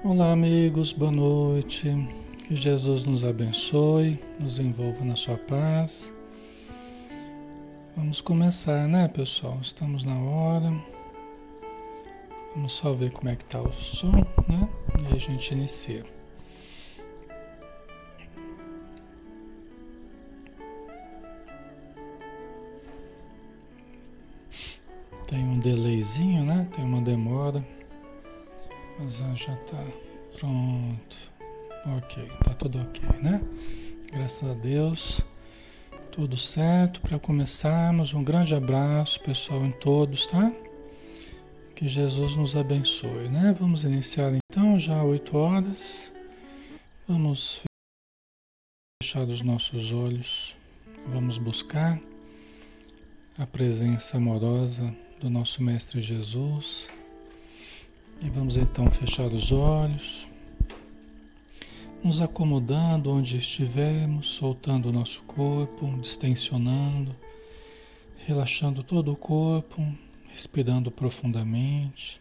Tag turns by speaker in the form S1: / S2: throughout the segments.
S1: Olá, amigos, boa noite. Que Jesus nos abençoe, nos envolva na sua paz. Vamos começar, né, pessoal? Estamos na hora. Vamos só ver como é que tá o som, né? E aí a gente inicia. Tem um delayzinho, né? Tem uma demora. Mas já tá pronto. Ok, tá tudo ok, né? Graças a Deus. Tudo certo para começarmos. Um grande abraço, pessoal, em todos, tá? Que Jesus nos abençoe, né? Vamos iniciar então, já 8 horas. Vamos fechar os nossos olhos. Vamos buscar a presença amorosa do nosso Mestre Jesus. E vamos então fechar os olhos, nos acomodando onde estivermos, soltando o nosso corpo, distensionando, relaxando todo o corpo, respirando profundamente,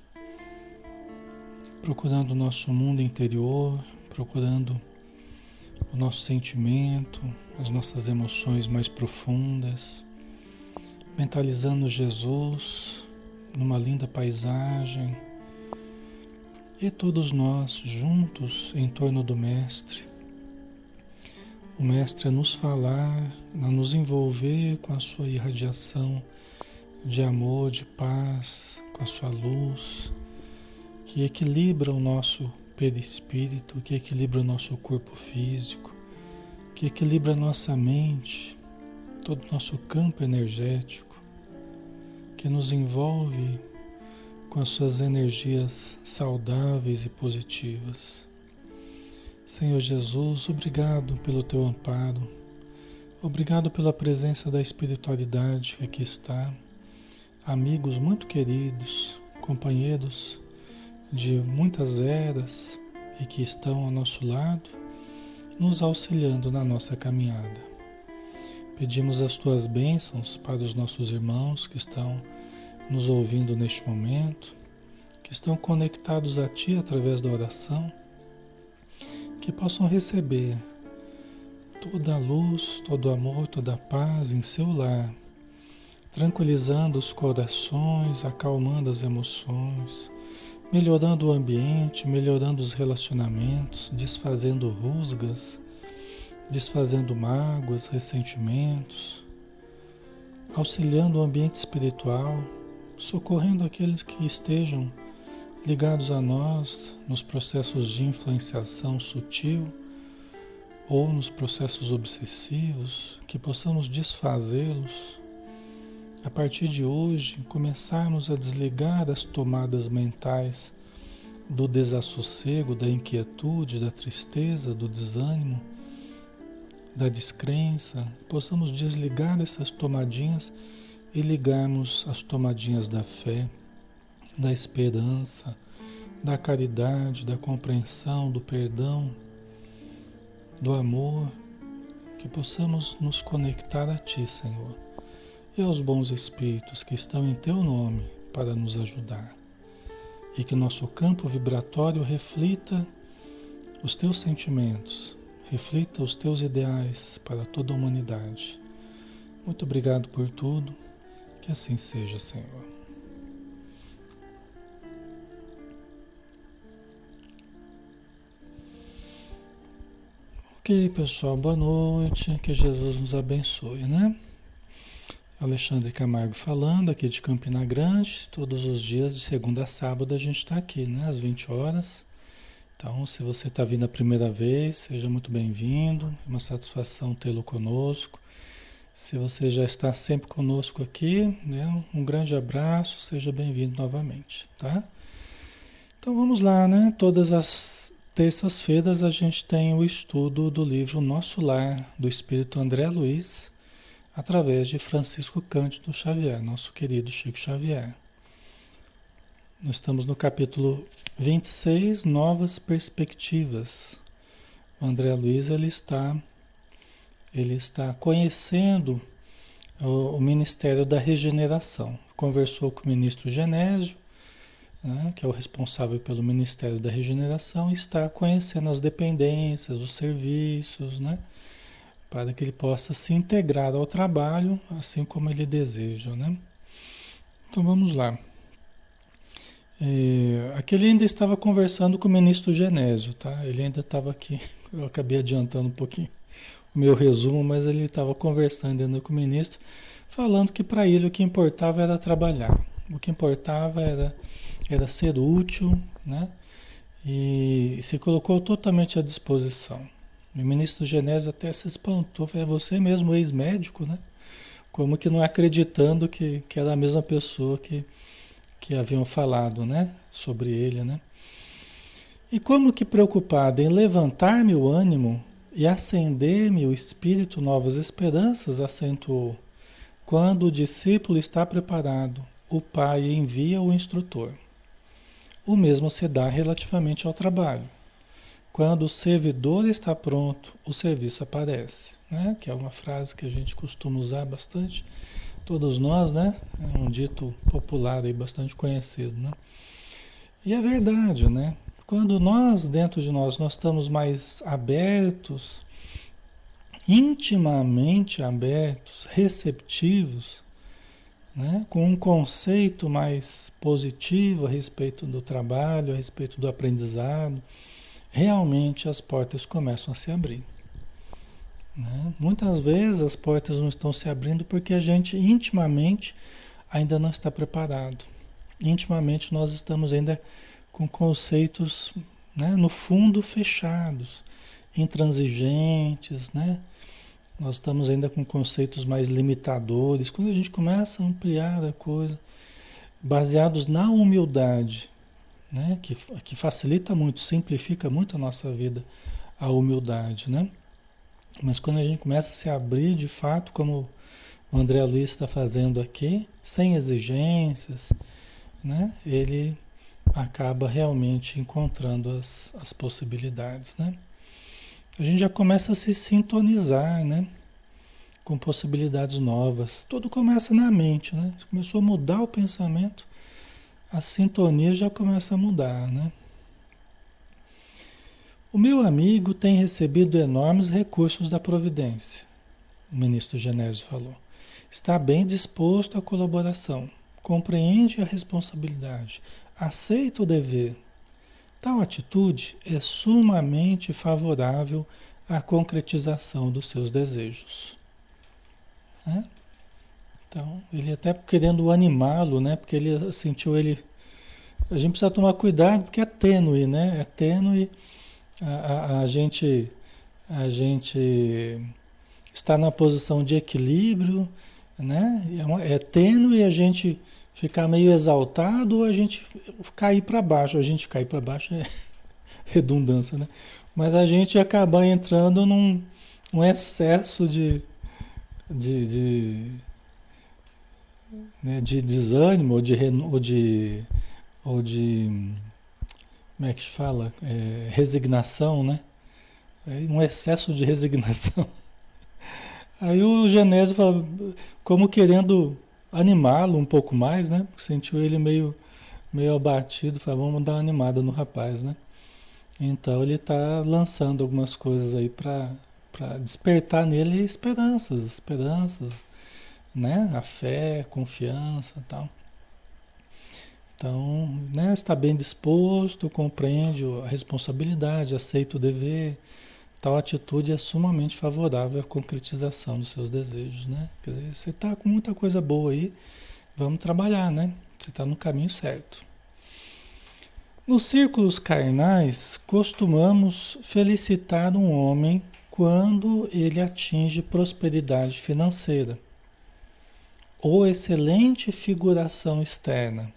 S1: procurando o nosso mundo interior, procurando o nosso sentimento, as nossas emoções mais profundas, mentalizando Jesus numa linda paisagem e todos nós juntos em torno do Mestre. O Mestre a nos falar, a nos envolver com a sua irradiação de amor, de paz, com a sua luz, que equilibra o nosso perispírito, que equilibra o nosso corpo físico, que equilibra a nossa mente, todo o nosso campo energético, que nos envolve com as suas energias saudáveis e positivas. Senhor Jesus, obrigado pelo teu amparo, obrigado pela presença da espiritualidade que aqui está, amigos muito queridos, companheiros de muitas eras e que estão ao nosso lado, nos auxiliando na nossa caminhada. Pedimos as tuas bênçãos para os nossos irmãos que estão nos ouvindo neste momento, que estão conectados a Ti através da oração, que possam receber toda a luz, todo o amor, toda a paz em seu lar, tranquilizando os corações, acalmando as emoções, melhorando o ambiente, melhorando os relacionamentos, desfazendo rusgas, desfazendo mágoas, ressentimentos, auxiliando o ambiente espiritual, socorrendo aqueles que estejam ligados a nós nos processos de influenciação sutil ou nos processos obsessivos, que possamos desfazê-los. A partir de hoje, começarmos a desligar as tomadas mentais do desassossego, da inquietude, da tristeza, do desânimo, da descrença. Possamos desligar essas tomadinhas e ligarmos as tomadinhas da fé, da esperança, da caridade, da compreensão, do perdão, do amor, que possamos nos conectar a Ti, Senhor, e aos bons espíritos que estão em Teu nome para nos ajudar, e que nosso campo vibratório reflita os Teus sentimentos, reflita os Teus ideais para toda a humanidade. Muito obrigado por tudo. Que assim seja, Senhor. Ok, pessoal, boa noite. Que Jesus nos abençoe, né? Alexandre Camargo falando aqui de Campina Grande. Todos os dias, de segunda a sábado, a gente está aqui, né? Às 20 horas. Então, se você está vindo a primeira vez, seja muito bem-vindo. É uma satisfação tê-lo conosco. Se você já está sempre conosco aqui, né? Um grande abraço, seja bem-vindo novamente, tá? Então vamos lá, né? Todas as terças-feiras a gente tem o estudo do livro Nosso Lar, do Espírito André Luiz, através de Francisco Cândido Xavier, nosso querido Chico Xavier. Nós estamos no capítulo 26, Novas Perspectivas. O André Luiz ele está conhecendo o Ministério da Regeneração. Conversou com o ministro Genésio, né, que é o responsável pelo Ministério da Regeneração, está conhecendo as dependências, os serviços, né, para que ele possa se integrar ao trabalho assim como ele deseja, né? Então vamos lá. Aqui ele ainda estava conversando com o ministro Genésio, tá? Ele ainda estava aqui, eu acabei adiantando um pouquinho o meu resumo, mas ele estava conversando ainda com o ministro, falando que para ele o que importava era trabalhar, o que importava era ser útil, né? E se colocou totalmente à disposição. O ministro Genésio até se espantou, falou, é você mesmo, ex-médico, né? Como que não acreditando que era a mesma pessoa que haviam falado, né? Sobre ele, né? E como que preocupado em levantar-me o ânimo e acender-me o espírito novas esperanças, acentuou. Quando o discípulo está preparado, o pai envia o instrutor. O mesmo se dá relativamente ao trabalho. Quando o servidor está pronto, o serviço aparece, né? Que é uma frase que a gente costuma usar bastante, todos nós, né? É um dito popular aí, bastante conhecido, né? E é verdade, né? Quando nós, dentro de nós estamos mais abertos, intimamente abertos, receptivos, né? Com um conceito mais positivo a respeito do trabalho, a respeito do aprendizado, realmente as portas começam a se abrir, né? Muitas vezes as portas não estão se abrindo porque a gente intimamente ainda não está preparado. Intimamente nós estamos ainda com conceitos, né, no fundo fechados, intransigentes, né? Nós estamos ainda com conceitos mais limitadores. Quando a gente começa a ampliar a coisa, baseados na humildade, né, que facilita muito, simplifica muito a nossa vida, a humildade, né? Mas quando a gente começa a se abrir de fato, como o André Luiz está fazendo aqui, sem exigências, né? Ele acaba realmente encontrando as possibilidades, né? A gente já começa a se sintonizar, né? Com possibilidades novas. Tudo começa na mente, né? Começou a mudar o pensamento, a sintonia já começa a mudar, né? O meu amigo tem recebido enormes recursos da providência, o ministro Genésio falou. Está bem disposto à colaboração, compreende a responsabilidade, aceita o dever. Tal atitude é sumamente favorável à concretização dos seus desejos, né? Então, ele até querendo animá-lo, né? Porque ele sentiu ele. A gente precisa tomar cuidado porque é tênue, né? É tênue. A gente está na posição de equilíbrio, né? É tênue a gente ficar meio exaltado ou a gente cair para baixo. A gente cair para baixo é redundância, né? Mas a gente acabar entrando num excesso de, né, de desânimo ou de como é que se fala? Resignação, né? Um excesso de resignação. Aí o Genésio fala, como querendo animá-lo um pouco mais, né? Sentiu ele meio abatido, falou, vamos dar uma animada no rapaz, né? Então ele está lançando algumas coisas aí para despertar nele esperanças, né? A fé, confiança e tal. Então, né, está bem disposto, compreende a responsabilidade, aceita o dever. Tal atitude é sumamente favorável à concretização dos seus desejos, né? Quer dizer, você está com muita coisa boa aí, vamos trabalhar, né? Você está no caminho certo. Nos círculos carnais, costumamos felicitar um homem quando ele atinge prosperidade financeira ou excelente figuração externa.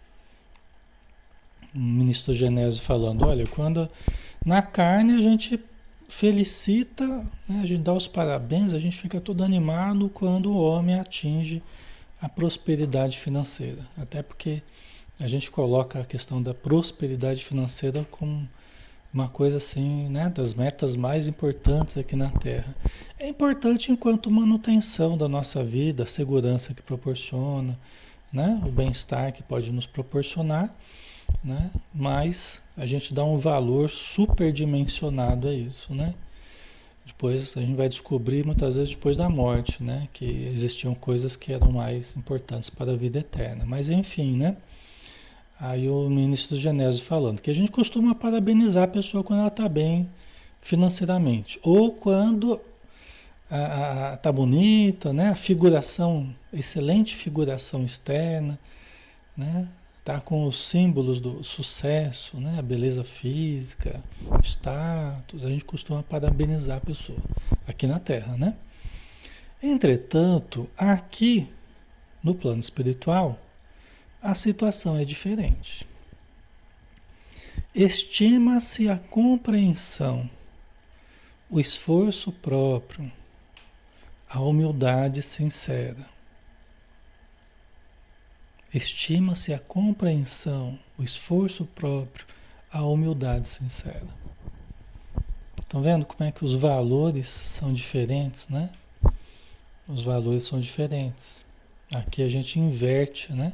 S1: O ministro Genésio falando, olha, quando na carne a gente felicita, né, a gente dá os parabéns, a gente fica todo animado quando o homem atinge a prosperidade financeira. Até porque a gente coloca a questão da prosperidade financeira como uma coisa assim, né, das metas mais importantes aqui na Terra. É importante enquanto manutenção da nossa vida, a segurança que proporciona, né? O bem-estar que pode nos proporcionar, né? Mas a gente dá um valor superdimensionado a isso, né? Depois a gente vai descobrir muitas vezes depois da morte, né? Que existiam coisas que eram mais importantes para a vida eterna. Mas enfim, né? Aí o ministro Genésio falando que a gente costuma parabenizar a pessoa quando ela está bem financeiramente. Ou quando tá bonita, né? A figuração, excelente figuração externa, né? Tá com os símbolos do sucesso, né? A beleza física, status, a gente costuma parabenizar a pessoa aqui na Terra, né? Entretanto, aqui no plano espiritual, a situação é diferente. Estima-se a compreensão, o esforço próprio, a humildade sincera. Estima-se a compreensão, o esforço próprio, a humildade sincera. Estão vendo como é que os valores são diferentes, né? Os valores são diferentes. Aqui a gente inverte, né?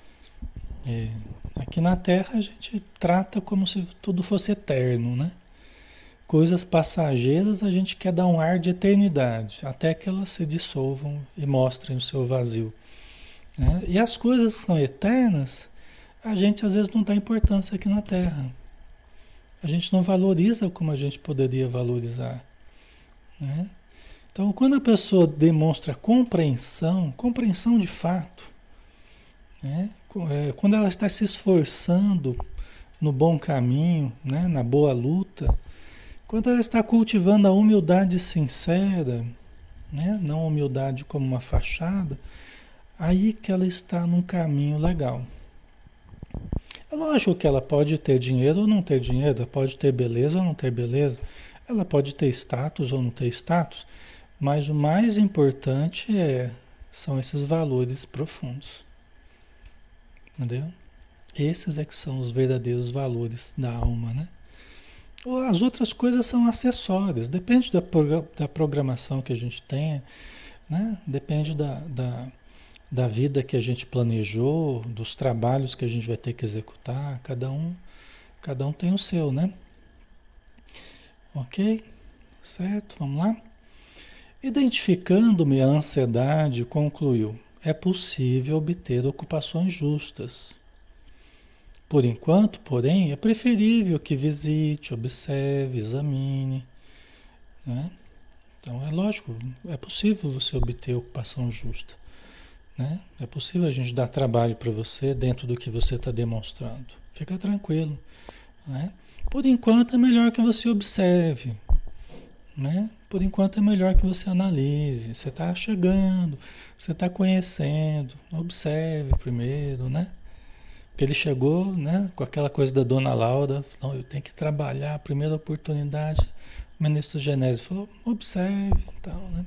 S1: Aqui na Terra a gente trata como se tudo fosse eterno, né? Coisas passageiras a gente quer dar um ar de eternidade, até que elas se dissolvam e mostrem o seu vazio, né? E as coisas que são eternas, a gente às vezes não dá importância aqui na Terra. A gente não valoriza como a gente poderia valorizar, né? Então, quando a pessoa demonstra compreensão, compreensão de fato, né? Quando ela está se esforçando no bom caminho, né? Na boa luta, quando ela está cultivando a humildade sincera, né? Não a humildade como uma fachada, aí que ela está num caminho legal. É lógico que ela pode ter dinheiro ou não ter dinheiro, ela pode ter beleza ou não ter beleza, ela pode ter status ou não ter status, mas o mais importante são esses valores profundos. Entendeu? Esses é que são os verdadeiros valores da alma, né? As outras coisas são acessórias, depende da programação que a gente tenha, né? Depende da vida que a gente planejou, dos trabalhos que a gente vai ter que executar, cada um tem o seu, né? Ok? Certo? Vamos lá? Identificando-me a ansiedade, concluiu: é possível obter ocupações justas. Por enquanto, porém, é preferível que visite, observe, examine, né? Então, é lógico, é possível você obter ocupação justa, né? É possível a gente dar trabalho para você dentro do que você está demonstrando. Fica tranquilo, né? Por enquanto, é melhor que você observe, né? Por enquanto, é melhor que você analise. Você está chegando, você está conhecendo, observe primeiro, né? Porque ele chegou, né, com aquela coisa da dona Laura, falou: eu tenho que trabalhar, a primeira oportunidade. O ministro Genésio falou: observe e tal, né?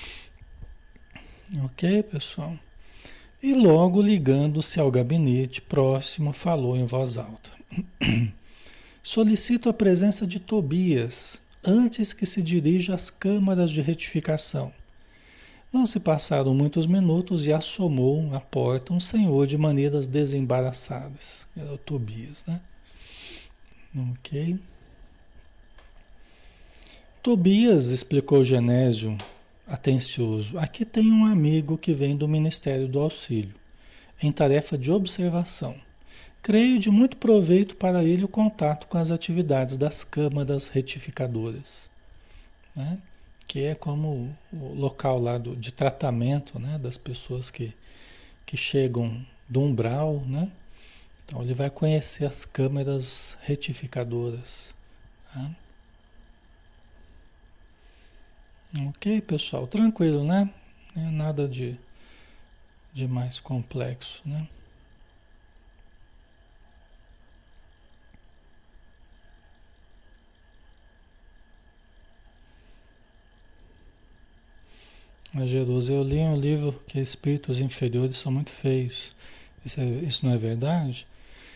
S1: Ok, pessoal? E logo ligando-se ao gabinete próximo, falou em voz alta: solicito a presença de Tobias, antes que se dirija às câmaras de retificação. Não se passaram muitos minutos e assomou à porta um senhor de maneiras desembaraçadas. Era o Tobias, né? Ok. Tobias, explicou Genésio, atencioso, aqui tem um amigo que vem do Ministério do Auxílio, em tarefa de observação. Creio de muito proveito para ele o contato com as atividades das câmaras retificadoras, né? Que é como o local lá de tratamento, né, das pessoas que chegam do umbral, né? Então ele vai conhecer as câmeras retificadoras, tá? Ok, pessoal, tranquilo, né? Não é nada de mais complexo, né? Mas, Jerusa, eu li um livro que espíritos inferiores são muito feios. Isso não é verdade?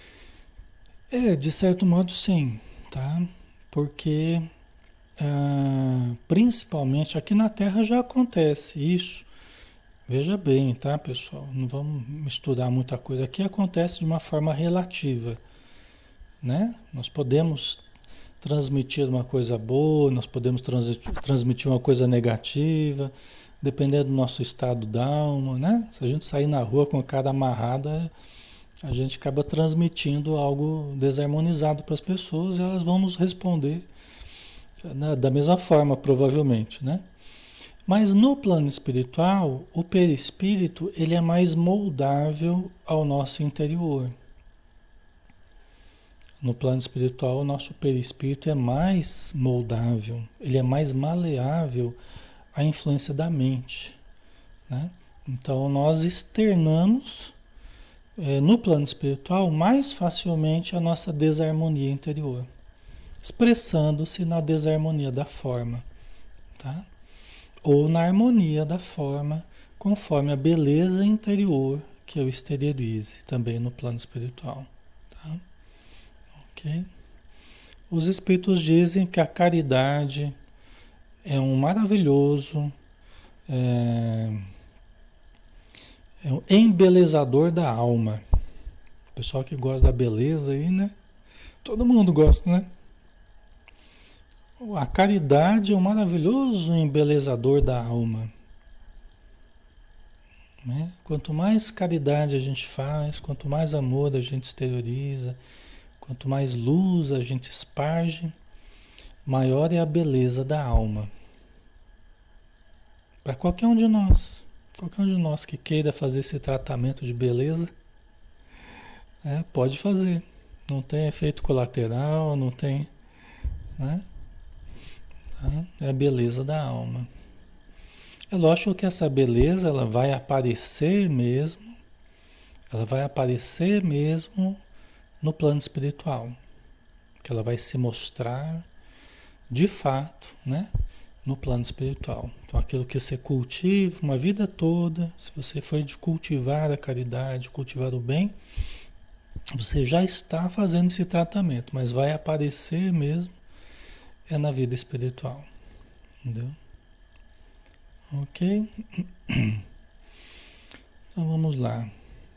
S1: De certo modo, sim, tá? Porque, principalmente aqui na Terra já acontece isso, Veja bem, tá, pessoal? Não vamos misturar muita coisa. Aqui acontece de uma forma relativa, né? Nós podemos transmitir uma coisa boa, nós podemos transmitir uma coisa negativa, dependendo do nosso estado d'alma, né? Se a gente sair na rua com a cara amarrada, a gente acaba transmitindo algo desarmonizado para as pessoas e elas vão nos responder, né, da mesma forma, provavelmente, né? Mas no plano espiritual, o perispírito ele é mais moldável ao nosso interior. No plano espiritual, o nosso perispírito é mais moldável, ele é mais maleável à influência da mente, né? Então, nós externamos, no plano espiritual, mais facilmente a nossa desarmonia interior, expressando-se na desarmonia da forma, tá? Ou na harmonia da forma, conforme a beleza interior que eu exteriorize também no plano espiritual, tá? Ok? Os espíritos dizem que a caridade é um maravilhoso, é, é um embelezador da alma. O pessoal que gosta da beleza aí, né? Todo mundo gosta, né? A caridade é um maravilhoso embelezador da alma, né? Quanto mais caridade a gente faz, quanto mais amor a gente exterioriza, quanto mais luz a gente esparge, maior é a beleza da alma. Para qualquer um de nós que queira fazer esse tratamento de beleza, pode fazer. Não tem efeito colateral, não tem, né? Tá? É a beleza da alma. É lógico que essa beleza ela vai aparecer mesmo, no plano espiritual, que ela vai se mostrar de fato, né? No plano espiritual. Então, aquilo que você cultiva uma vida toda, se você for de cultivar a caridade, cultivar o bem, você já está fazendo esse tratamento, mas vai aparecer mesmo na vida espiritual. Entendeu? Ok? Então vamos lá.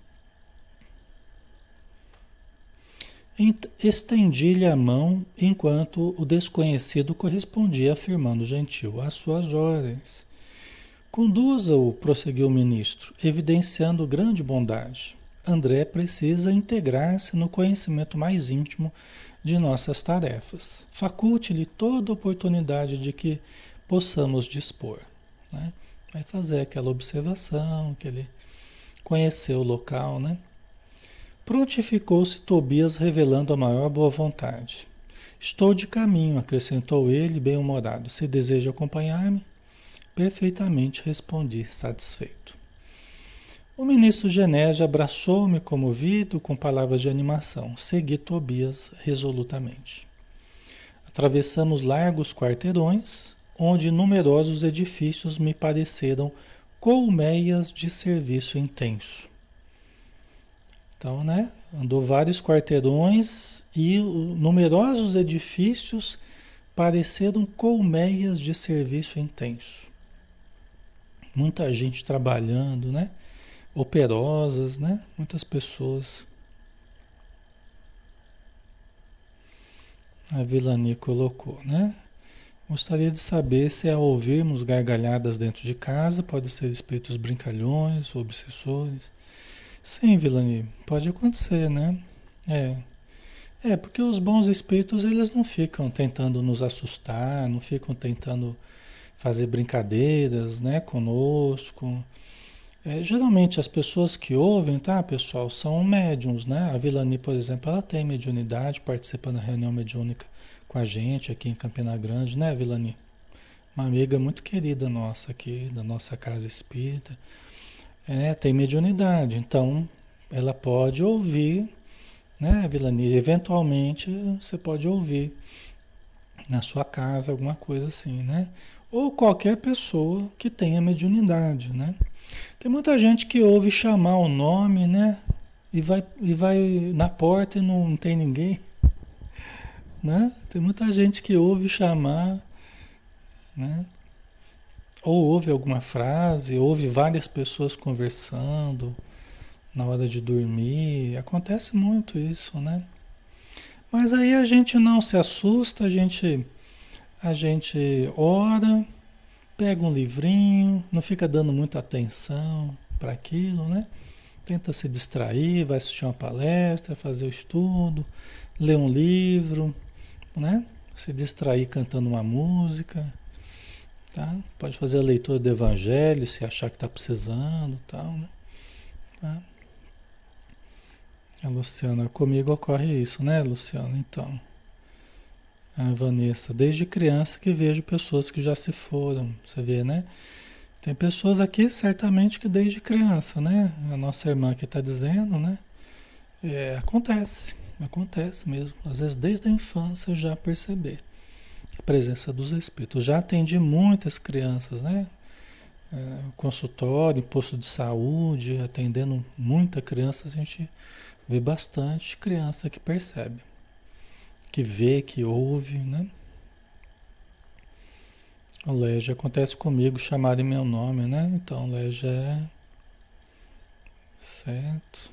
S1: Estendi-lhe a mão enquanto o desconhecido correspondia, afirmando gentil: às suas ordens. Conduza-o, prosseguiu o ministro, evidenciando grande bondade. André precisa integrar-se no conhecimento mais íntimo de nossas tarefas. Faculte-lhe toda oportunidade de que possamos dispor, né? Vai fazer aquela observação, que ele conheceu o local, né? Prontificou-se Tobias, revelando a maior boa vontade. Estou de caminho, acrescentou ele, bem-humorado. Se deseja acompanhar-me? Perfeitamente, respondi, satisfeito. O ministro Genésio abraçou-me comovido com palavras de animação. Segui Tobias resolutamente. Atravessamos largos quarteirões, onde numerosos edifícios me pareceram colmeias de serviço intenso. Então, né? Andou vários quarteirões e numerosos edifícios pareceram colmeias de serviço intenso. Muita gente trabalhando, né? Operosas, né? Muitas pessoas. A Vilani colocou, né? Gostaria de saber se ao ouvirmos gargalhadas dentro de casa, pode ser espíritos brincalhões, obsessores. Sim, Vilani, pode acontecer, né? Porque os bons espíritos, eles não ficam tentando nos assustar, não ficam tentando fazer brincadeiras, né, conosco. Geralmente as pessoas que ouvem, tá, pessoal, são médiums, né? A Vilani, por exemplo, ela tem mediunidade, participa da reunião mediúnica com a gente aqui em Campina Grande, né, Vilani? Uma amiga muito querida nossa aqui, da nossa casa espírita. Tem mediunidade, então ela pode ouvir, né, Vilani? Eventualmente você pode ouvir na sua casa alguma coisa assim, né? Ou qualquer pessoa que tenha mediunidade, né? Tem muita gente que ouve chamar o nome, né? E vai na porta e não tem ninguém, né? Tem muita gente que ouve chamar, né? ou ouve alguma frase, ouve várias pessoas conversando na hora de dormir. Acontece muito isso, né? Mas aí a gente não se assusta, a gente ora, pega um livrinho, não fica dando muita atenção para aquilo, né? Tenta se distrair, vai assistir uma palestra, fazer o estudo, ler um livro, né? Se distrair cantando uma música, tá? Pode fazer a leitura do Evangelho se achar que está precisando, tal, né? Tá? A Luciana, comigo ocorre isso, né, Luciana? Então, a Vanessa, desde criança que vejo pessoas que já se foram, você vê, né? Tem pessoas aqui, certamente, que desde criança, né? A nossa irmã aqui está dizendo, né? Acontece mesmo. Às vezes, desde a infância, já perceber a presença dos espíritos. Já atendi muitas crianças, né? Consultório, posto de saúde, atendendo muita criança, a gente vê bastante criança que percebe, que vê, que ouve, né? O Légia, acontece comigo chamarem meu nome, né? Então, Légia é certo.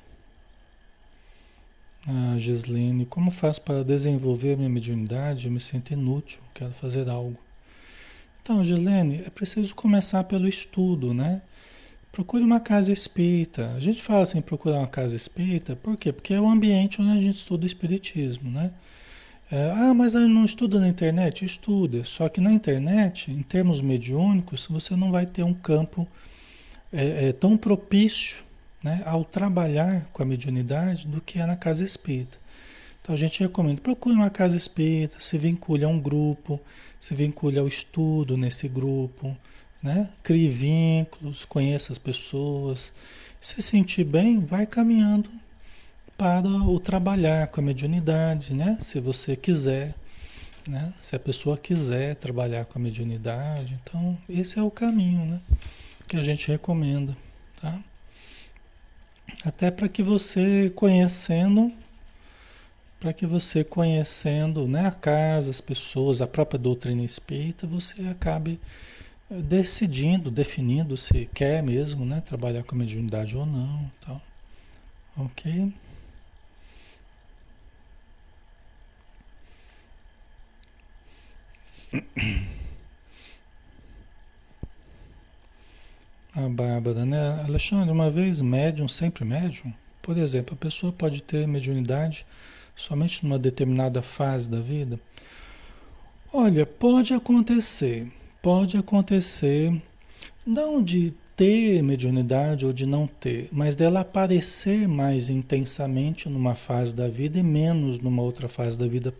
S1: Ah, Gislene, como faço para desenvolver minha mediunidade? Eu me sinto inútil, quero fazer algo. Então, Gislene, é preciso começar pelo estudo, né? Procure uma casa espírita. A gente fala assim, procurar uma casa espírita, por quê? Porque é o ambiente onde a gente estuda o espiritismo, né? Mas eu não estudo na internet? Estuda. Só que na internet, em termos mediúnicos, você não vai ter um campo tão propício, né, ao trabalhar com a mediunidade do que é na casa espírita. Então a gente recomenda, procure uma casa espírita, se vincule a um grupo, se vincule ao estudo nesse grupo, né? Crie vínculos, conheça as pessoas. Se sentir bem, vai caminhando para o trabalhar com a mediunidade, né? Se você quiser, né? Se a pessoa quiser trabalhar com a mediunidade, então esse é o caminho, né? Que a gente recomenda, tá? Até para que você conhecendo, né, a casa, as pessoas, a própria doutrina espírita, você acabe decidindo, definindo se quer mesmo, né, trabalhar com a mediunidade ou não, tal. Ok? A Bárbara, né? Alexandre, uma vez médium, sempre médium? Por exemplo, a pessoa pode ter mediunidade somente numa determinada fase da vida? Olha, pode acontecer, não de ter mediunidade ou de não ter, mas dela aparecer mais intensamente numa fase da vida e menos numa outra fase da vida,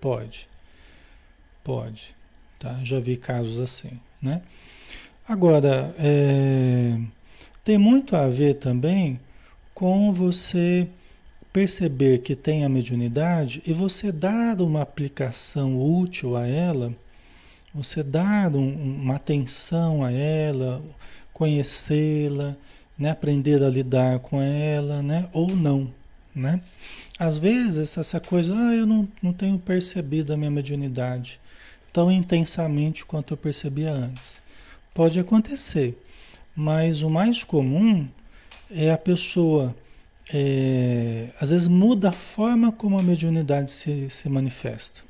S1: pode, tá? Já vi casos assim, né? Agora, tem muito a ver também com você perceber que tem a mediunidade e você dar uma aplicação útil a ela, você dar uma atenção a ela, conhecê-la, né? Aprender a lidar com ela, né? Ou não, né? Às vezes essa coisa, eu não tenho percebido a minha mediunidade tão intensamente quanto eu percebia antes. Pode acontecer, mas o mais comum é a pessoa, às vezes muda a forma como a mediunidade se manifesta,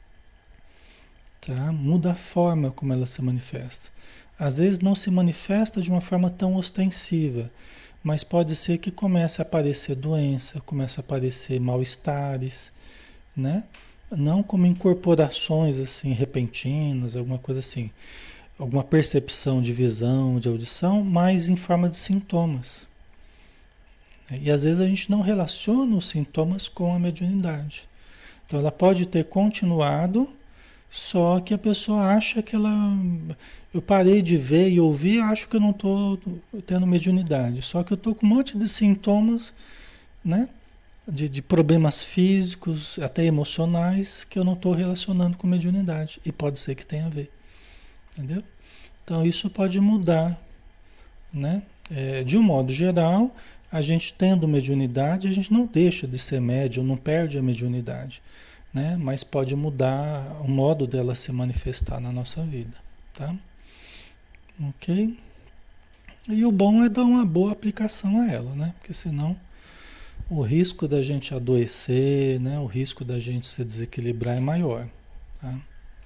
S1: tá? Muda a forma como ela se manifesta. Às vezes não se manifesta de uma forma tão ostensiva, mas pode ser que comece a aparecer doença, comece a aparecer mal-estares, né? Não como incorporações assim repentinas, alguma coisa assim, alguma percepção de visão, de audição, mas em forma de sintomas. E às vezes a gente não relaciona os sintomas com a mediunidade. Então ela pode ter continuado, só que a pessoa acha que ela. Eu parei de ver e ouvir, acho que eu não estou tendo mediunidade. Só que eu estou com um monte de sintomas, né? De problemas físicos, até emocionais, que eu não estou relacionando com mediunidade. E pode ser que tenha a ver. Entendeu? Então isso pode mudar, né? De um modo geral, a gente tendo mediunidade, a gente não deixa de ser médium, não perde a mediunidade, né? Mas pode mudar o modo dela se manifestar na nossa vida, tá? Ok? E o bom é dar uma boa aplicação a ela, né? Porque senão o risco da gente adoecer, né? O risco da gente se desequilibrar é maior, tá?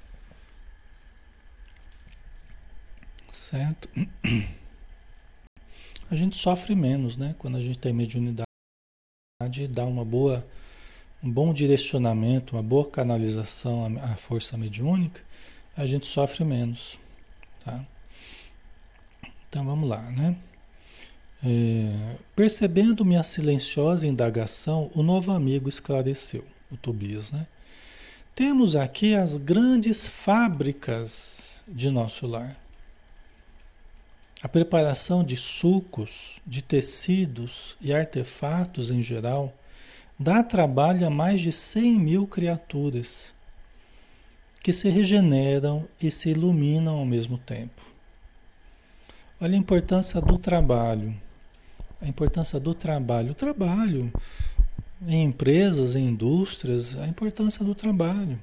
S1: Certo? A gente sofre menos, né? Quando a gente tem mediunidade e dá um bom direcionamento, uma boa canalização à força mediúnica, a gente sofre menos, tá? Então vamos lá, né? Percebendo minha silenciosa indagação, o novo amigo esclareceu, o Tobias, né? Temos aqui as grandes fábricas de nosso lar. A preparação de sucos, de tecidos e artefatos em geral dá trabalho a mais de 100 mil criaturas que se regeneram e se iluminam ao mesmo tempo. Olha a importância do trabalho. A importância do trabalho. O trabalho em empresas, em indústrias, a importância do trabalho.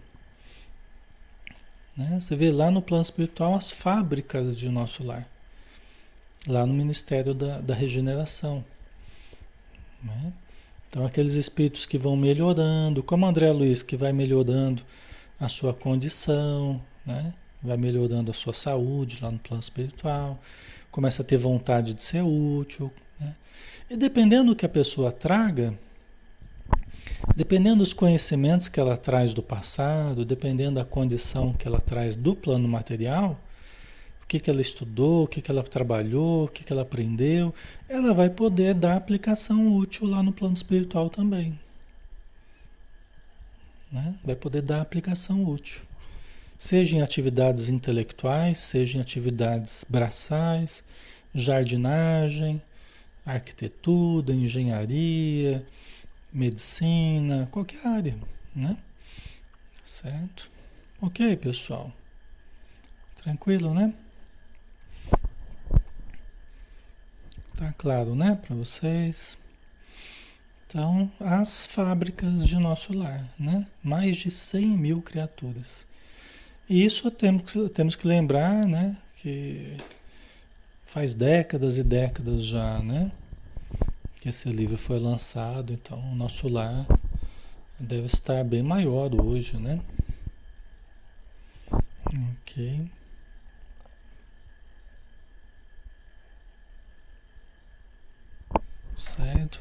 S1: Né? Você vê lá no plano espiritual as fábricas de nosso lar. Lá no Ministério da Regeneração. Né? Então, aqueles espíritos que vão melhorando, como André Luiz, que vai melhorando a sua condição, né? Vai melhorando a sua saúde lá no plano espiritual, começa a ter vontade de ser útil. Né? E dependendo do que a pessoa traga, dependendo dos conhecimentos que ela traz do passado, dependendo da condição que ela traz do plano material, o que ela estudou, o que ela trabalhou, o que ela aprendeu, ela vai poder dar aplicação útil lá no plano espiritual também. Né? Vai poder dar aplicação útil. Seja em atividades intelectuais, seja em atividades braçais, jardinagem, arquitetura, engenharia, medicina, qualquer área, né? Certo? Ok, pessoal. Tranquilo, né? Tá claro, né, para vocês? Então, as fábricas de nosso lar, né? Mais de 100 mil criaturas. E isso temos que lembrar, né? Que faz décadas e décadas já, né? Que esse livro foi lançado, então o nosso lar deve estar bem maior hoje, né? Ok, certo.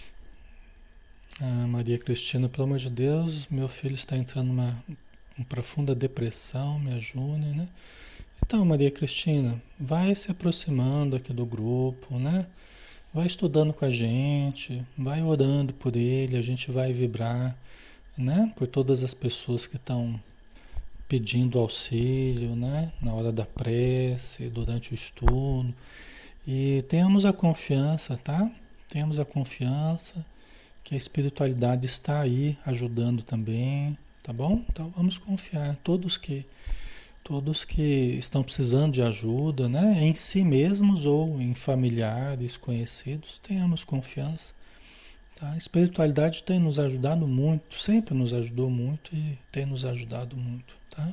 S1: Ah, Maria Cristina, pelo amor de Deus, meu filho está entrando uma profunda depressão, me ajude, né? Então, Maria Cristina, vai se aproximando aqui do grupo, né? Vai estudando com a gente, vai orando por ele, a gente vai vibrar, né? Por todas as pessoas que estão pedindo auxílio, né? Na hora da prece, durante o estudo. E tenhamos a confiança, tá? Tenhamos a confiança que a espiritualidade está aí ajudando também, tá bom? Então vamos confiar, todos que estão precisando de ajuda, né? Em si mesmos ou em familiares, conhecidos, tenhamos confiança. Tá? A espiritualidade tem nos ajudado muito, sempre nos ajudou muito e tem nos ajudado muito, tá?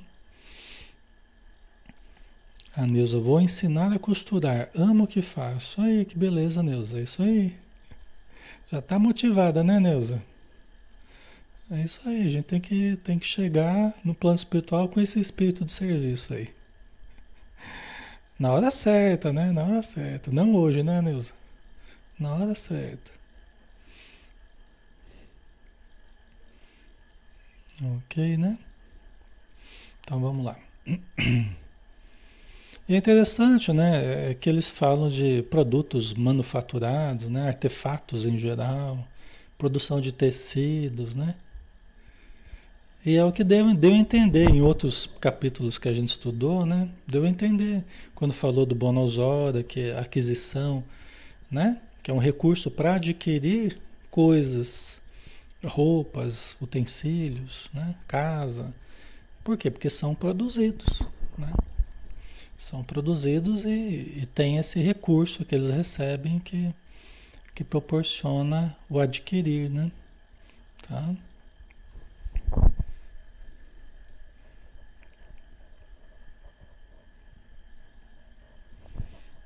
S1: A Neuza, vou ensinar a costurar, amo o que faço. Aí, que beleza, Neuza, é isso aí. Já está motivada, né, Neuza? É isso aí, a gente tem que chegar no plano espiritual com esse espírito de serviço aí. Na hora certa, né? Na hora certa. Não hoje, né, Neuza? Na hora certa. Ok, né? Então vamos lá. E é interessante, né, que eles falam de produtos manufaturados, né, artefatos em geral, produção de tecidos, né? E é o que deu a entender em outros capítulos que a gente estudou, né? Deu a entender quando falou do Bonosora, que é aquisição, né? Que é um recurso para adquirir coisas, roupas, utensílios, né? Casa. Por quê? Porque são produzidos, né? São produzidos e tem esse recurso que eles recebem que proporciona o adquirir, né? Tá?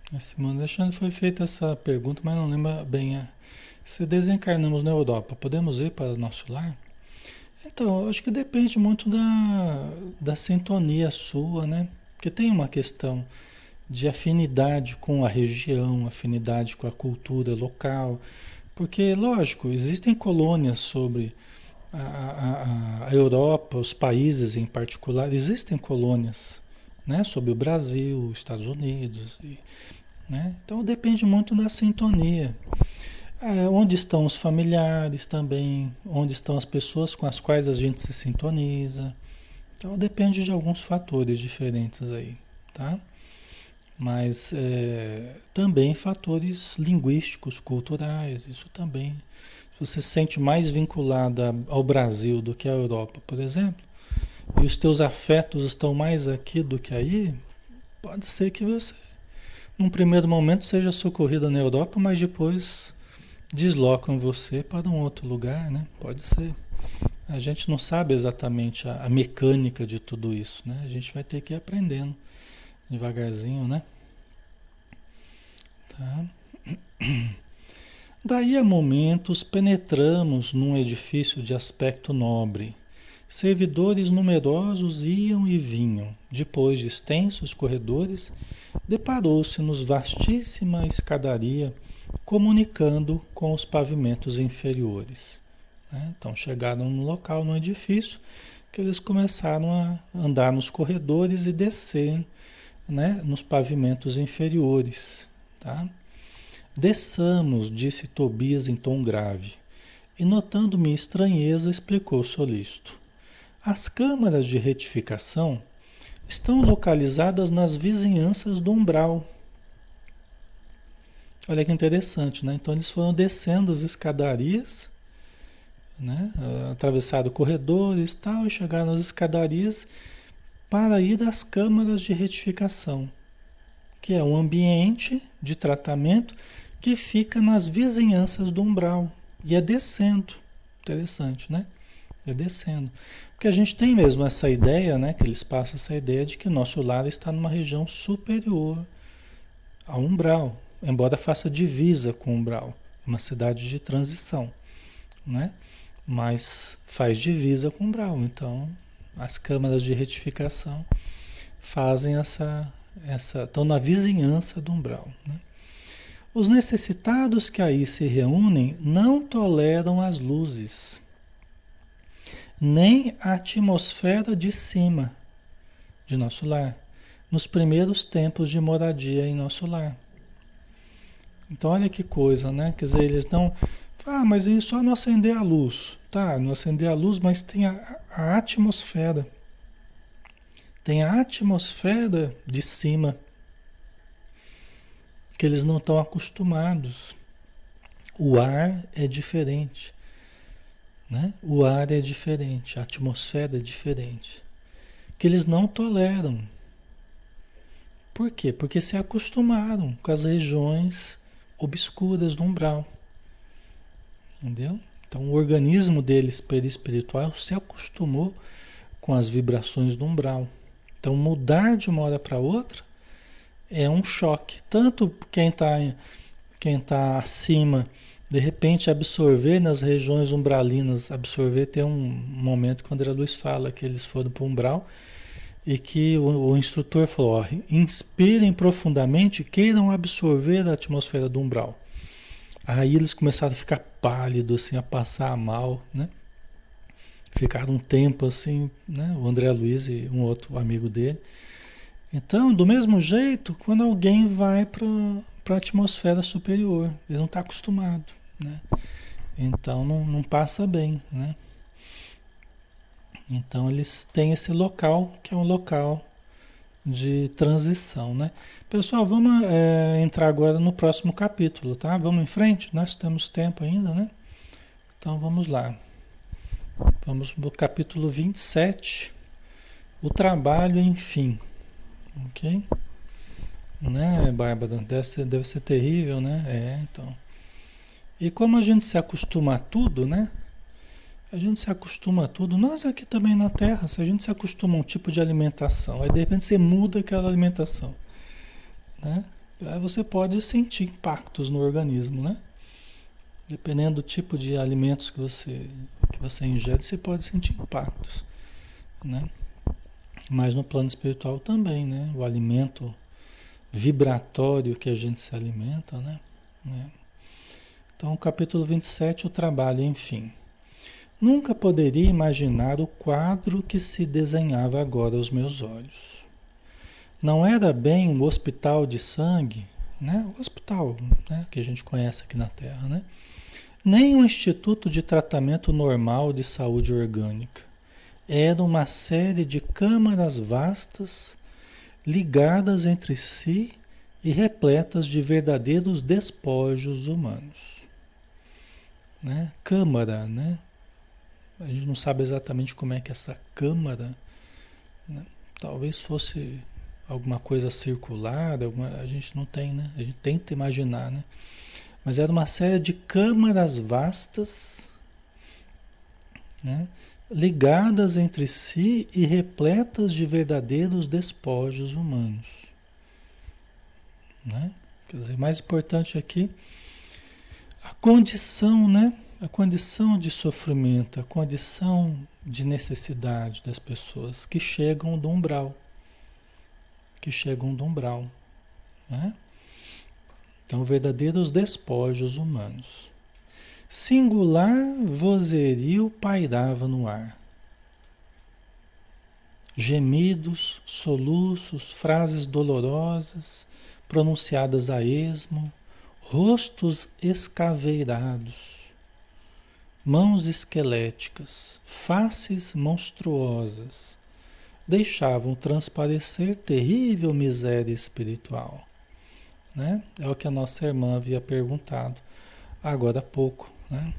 S1: A Simone Alexandre foi feita essa pergunta, mas não lembra bem. Se desencarnamos na Europa, podemos ir para o nosso lar? Então, eu acho que depende muito da sintonia sua, né? Porque tem uma questão de afinidade com a região, afinidade com a cultura local. Porque, lógico, existem colônias sobre a Europa, os países em particular, existem colônias, né? Sobre o Brasil, os Estados Unidos, né? Então depende muito da sintonia. Onde estão os familiares também, onde estão as pessoas com as quais a gente se sintoniza. Então depende de alguns fatores diferentes aí, tá? Mas também fatores linguísticos, culturais, isso também. Se você se sente mais vinculada ao Brasil do que à Europa, por exemplo, e os teus afetos estão mais aqui do que aí, pode ser que você, num primeiro momento, seja socorrida na Europa, mas depois deslocam você para um outro lugar, né? Pode ser. A gente não sabe exatamente a mecânica de tudo isso, né? A gente vai ter que ir aprendendo devagarzinho, né? Tá? Daí a momentos penetramos num edifício de aspecto nobre. Servidores numerosos iam e vinham. Depois de extensos corredores, deparou-se-nos vastíssima escadaria comunicando com os pavimentos inferiores. Né? Então chegaram no local, no edifício, que eles começaram a andar nos corredores e descer, né, nos pavimentos inferiores. Tá? Desçamos, disse Tobias em tom grave, e notando minha estranheza, explicou solícito. As câmaras de retificação estão localizadas nas vizinhanças do umbral. Olha que interessante, né? Então eles foram descendo as escadarias, né? Atravessaram corredores e tal, e chegaram nas escadarias para ir às câmaras de retificação, que é um ambiente de tratamento que fica nas vizinhanças do umbral. E é descendo. Interessante, né? É descendo. Porque a gente tem mesmo essa ideia, né? Que eles passam essa ideia de que o nosso lar está numa região superior ao umbral, embora faça divisa com o umbral. É uma cidade de transição, né? Mas faz divisa com o umbral. Então, as câmaras de retificação fazem estão na vizinhança do umbral, né? Os necessitados que aí se reúnem não toleram as luzes, nem a atmosfera de cima de nosso lar, nos primeiros tempos de moradia em nosso lar. Então olha que coisa, né? Quer dizer, eles não... mas é só não acender a luz. Tá, não acender a luz, mas tem a atmosfera. Tem a atmosfera de cima, que eles não estão acostumados. O ar é diferente, né? O ar é diferente, a atmosfera é diferente, que eles não toleram. Por quê? Porque se acostumaram com as regiões obscuras do umbral, entendeu? Então o organismo deles perispiritual se acostumou com as vibrações do umbral. Então mudar de uma hora para outra é um choque. Tanto quem tá acima, de repente absorver nas regiões umbralinas, absorver, tem um momento quando a Luz fala que eles foram para o umbral e que o instrutor falou, ó, inspirem profundamente, queiram absorver a atmosfera do umbral. Aí eles começaram a ficar pálidos, assim, a passar mal, né? Ficaram um tempo assim, né? O André Luiz e um outro amigo dele. Então, do mesmo jeito, quando alguém vai para a atmosfera superior, ele não está acostumado, né? Então não passa bem, né? Então eles têm esse local que é um local de transição, né? Pessoal, vamos entrar agora no próximo capítulo, tá? Vamos em frente, nós temos tempo ainda, né? Então vamos lá. Vamos no capítulo 27, o trabalho, enfim. Ok? Né, Bárbara? Deve ser terrível, né? Então. E como a gente se acostuma a tudo, né? A gente se acostuma a tudo. Nós aqui também na Terra, se a gente se acostuma a um tipo de alimentação, aí de repente você muda aquela alimentação, né? Aí você pode sentir impactos no organismo, né? Dependendo do tipo de alimentos que você ingere, você pode sentir impactos, né? Mas no plano espiritual também, né? O alimento vibratório que a gente se alimenta, né? Então, capítulo 27, o trabalho, enfim. Nunca poderia imaginar o quadro que se desenhava agora aos meus olhos. Não era bem um hospital de sangue, né? O hospital, né? Que a gente conhece aqui na Terra, né? Nem um instituto de tratamento normal de saúde orgânica. Era uma série de câmaras vastas, ligadas entre si e repletas de verdadeiros despojos humanos. Né? Câmara, né? A gente não sabe exatamente como é que é essa câmara, né? Talvez fosse alguma coisa circular, a gente não tem, né? A gente tenta imaginar, né? Mas era uma série de câmaras vastas, né? Ligadas entre si e repletas de verdadeiros despojos humanos, né? Quer dizer, mais importante aqui, a condição, né? A condição de sofrimento, a condição de necessidade das pessoas que chegam do umbral, né? Então, verdadeiros despojos humanos. Singular vozerio pairava no ar. Gemidos, soluços, frases dolorosas, pronunciadas a esmo, rostos escaveirados, mãos esqueléticas, faces monstruosas, deixavam transparecer terrível miséria espiritual. Né? É o que a nossa irmã havia perguntado agora há pouco, né?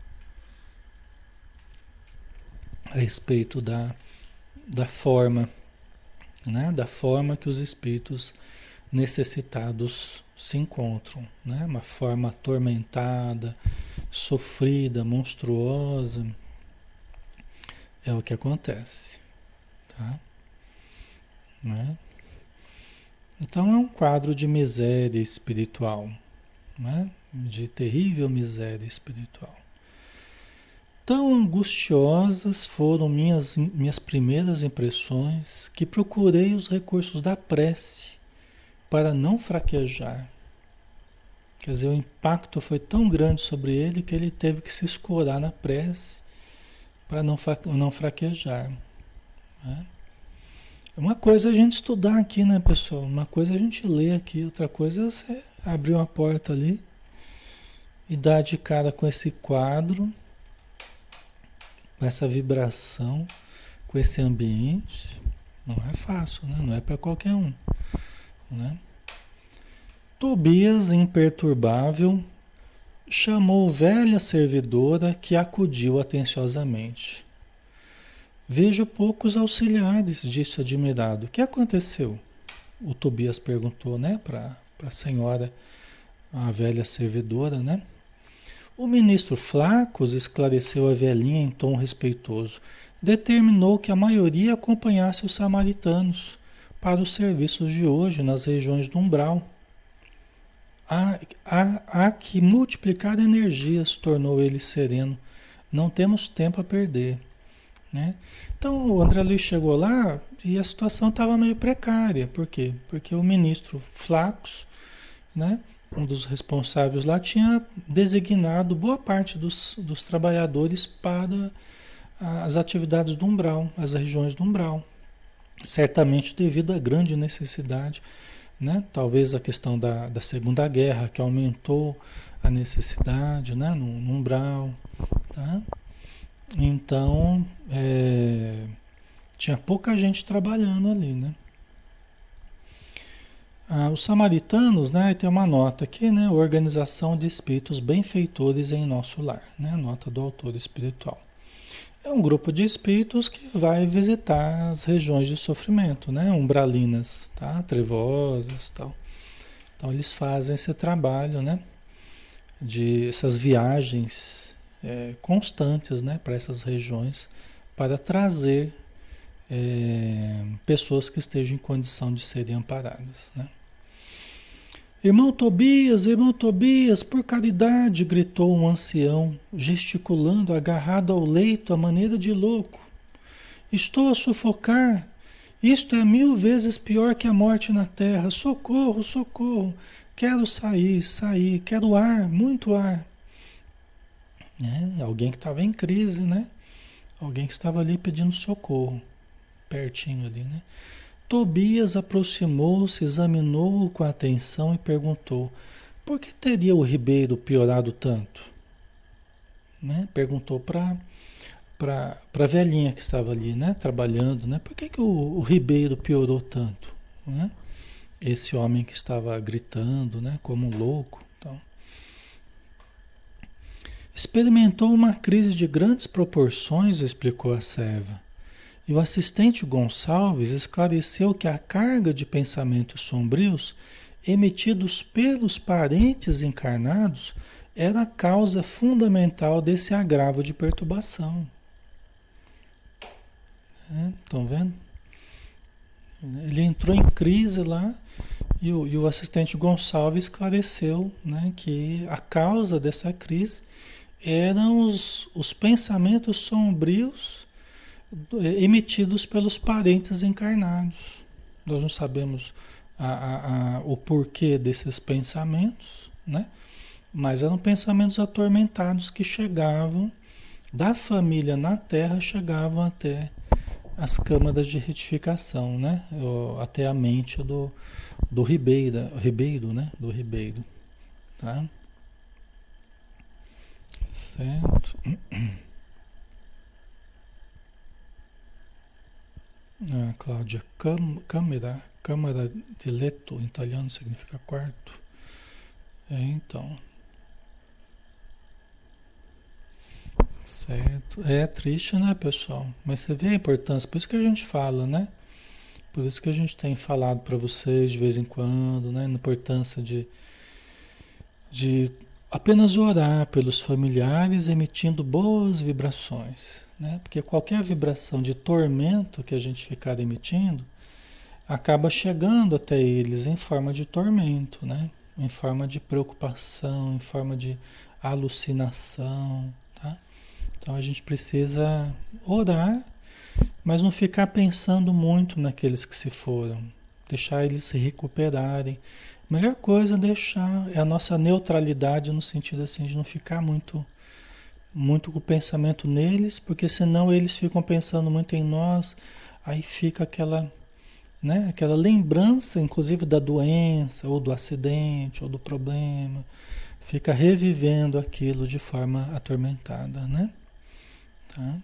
S1: A respeito da forma, né? Da forma que os espíritos necessitados se encontram, né? Uma forma atormentada, sofrida, monstruosa, é o que acontece, tá? Né? Então é um quadro de miséria espiritual, né? De terrível miséria espiritual. Tão angustiosas foram minhas primeiras impressões que procurei os recursos da prece para não fraquejar. Quer dizer, o impacto foi tão grande sobre ele que ele teve que se escorar na prece para não fraquejar. Né? Uma coisa é a gente estudar aqui, né, pessoal? Uma coisa é a gente ler aqui, outra coisa é você abrir uma porta ali e dar de cara com esse quadro, com essa vibração, com esse ambiente. Não é fácil, né? Não é para qualquer um, né? Tobias, imperturbável, chamou velha servidora que acudiu atenciosamente. Vejo poucos auxiliares, disse admirado. O que aconteceu? O Tobias perguntou, né, para a senhora, a velha servidora, né? O ministro Flacos, esclareceu a velhinha em tom respeitoso, determinou que a maioria acompanhasse os samaritanos para os serviços de hoje nas regiões do umbral. Há que multiplicar energias, tornou ele sereno. Não temos tempo a perder. Né? Então o André Luiz chegou lá e a situação estava meio precária. Por quê? Porque o ministro Flacos, né, um dos responsáveis lá, tinha designado boa parte dos trabalhadores para as atividades do umbral, as regiões do umbral. Certamente devido à grande necessidade, né? Talvez a questão da Segunda Guerra, que aumentou a necessidade, né, no umbral. Tá? Então, tinha pouca gente trabalhando ali, né? Os samaritanos, né, tem uma nota aqui, né? Organização de espíritos benfeitores em nosso lar, né? Nota do autor espiritual. É um grupo de espíritos que vai visitar as regiões de sofrimento, né? Umbralinas, tá? Trevosas, tal. Então eles fazem esse trabalho, né? De essas viagens constantes, né? Para essas regiões, para trazer pessoas que estejam em condição de serem amparadas, né? Irmão Tobias, por caridade, gritou um ancião, gesticulando, agarrado ao leito à maneira de louco. Estou a sufocar. Isto é 1000 vezes pior que a morte na terra. Socorro, socorro. Quero sair, quero ar, muito ar. Alguém que estava em crise, né? Alguém que estava ali pedindo socorro, pertinho ali, né? Tobias aproximou-se, examinou-o com atenção e perguntou: por que teria o ribeiro piorado tanto? Né? Perguntou para a velhinha que estava ali, né? Trabalhando, né? Por que, que o ribeiro piorou tanto? Né? Esse homem que estava gritando, né? Como um louco. Então, experimentou uma crise de grandes proporções, explicou a serva. E o assistente Gonçalves esclareceu que a carga de pensamentos sombrios emitidos pelos parentes encarnados era a causa fundamental desse agravo de perturbação. Estão vendo? Ele entrou em crise lá e o assistente Gonçalves esclareceu, né, que a causa dessa crise eram os pensamentos sombrios emitidos pelos parentes encarnados. Nós não sabemos o porquê desses pensamentos, né? Mas eram pensamentos atormentados que chegavam da família na Terra, chegavam até as câmaras de retificação, né? Até a mente do Ribeiro, né? Do Ribeiro, tá? Certo. Cláudia, câmara de letto, em italiano significa quarto. Então. Certo. É triste, né, pessoal? Mas você vê a importância, por isso que a gente fala, né? Por isso que a gente tem falado para vocês de vez em quando, né? A importância de apenas orar pelos familiares emitindo boas vibrações, né? Porque qualquer vibração de tormento que a gente ficar emitindo acaba chegando até eles em forma de tormento, né? Em forma de preocupação, em forma de alucinação, tá? Então a gente precisa orar, mas não ficar pensando muito naqueles que se foram, deixar eles se recuperarem. A melhor coisa é deixar é a nossa neutralidade no sentido assim de não ficar muito com o pensamento neles, porque senão eles ficam pensando muito em nós, aí fica aquela, né, aquela lembrança, inclusive da doença, ou do acidente, ou do problema, fica revivendo aquilo de forma atormentada, né? Tá?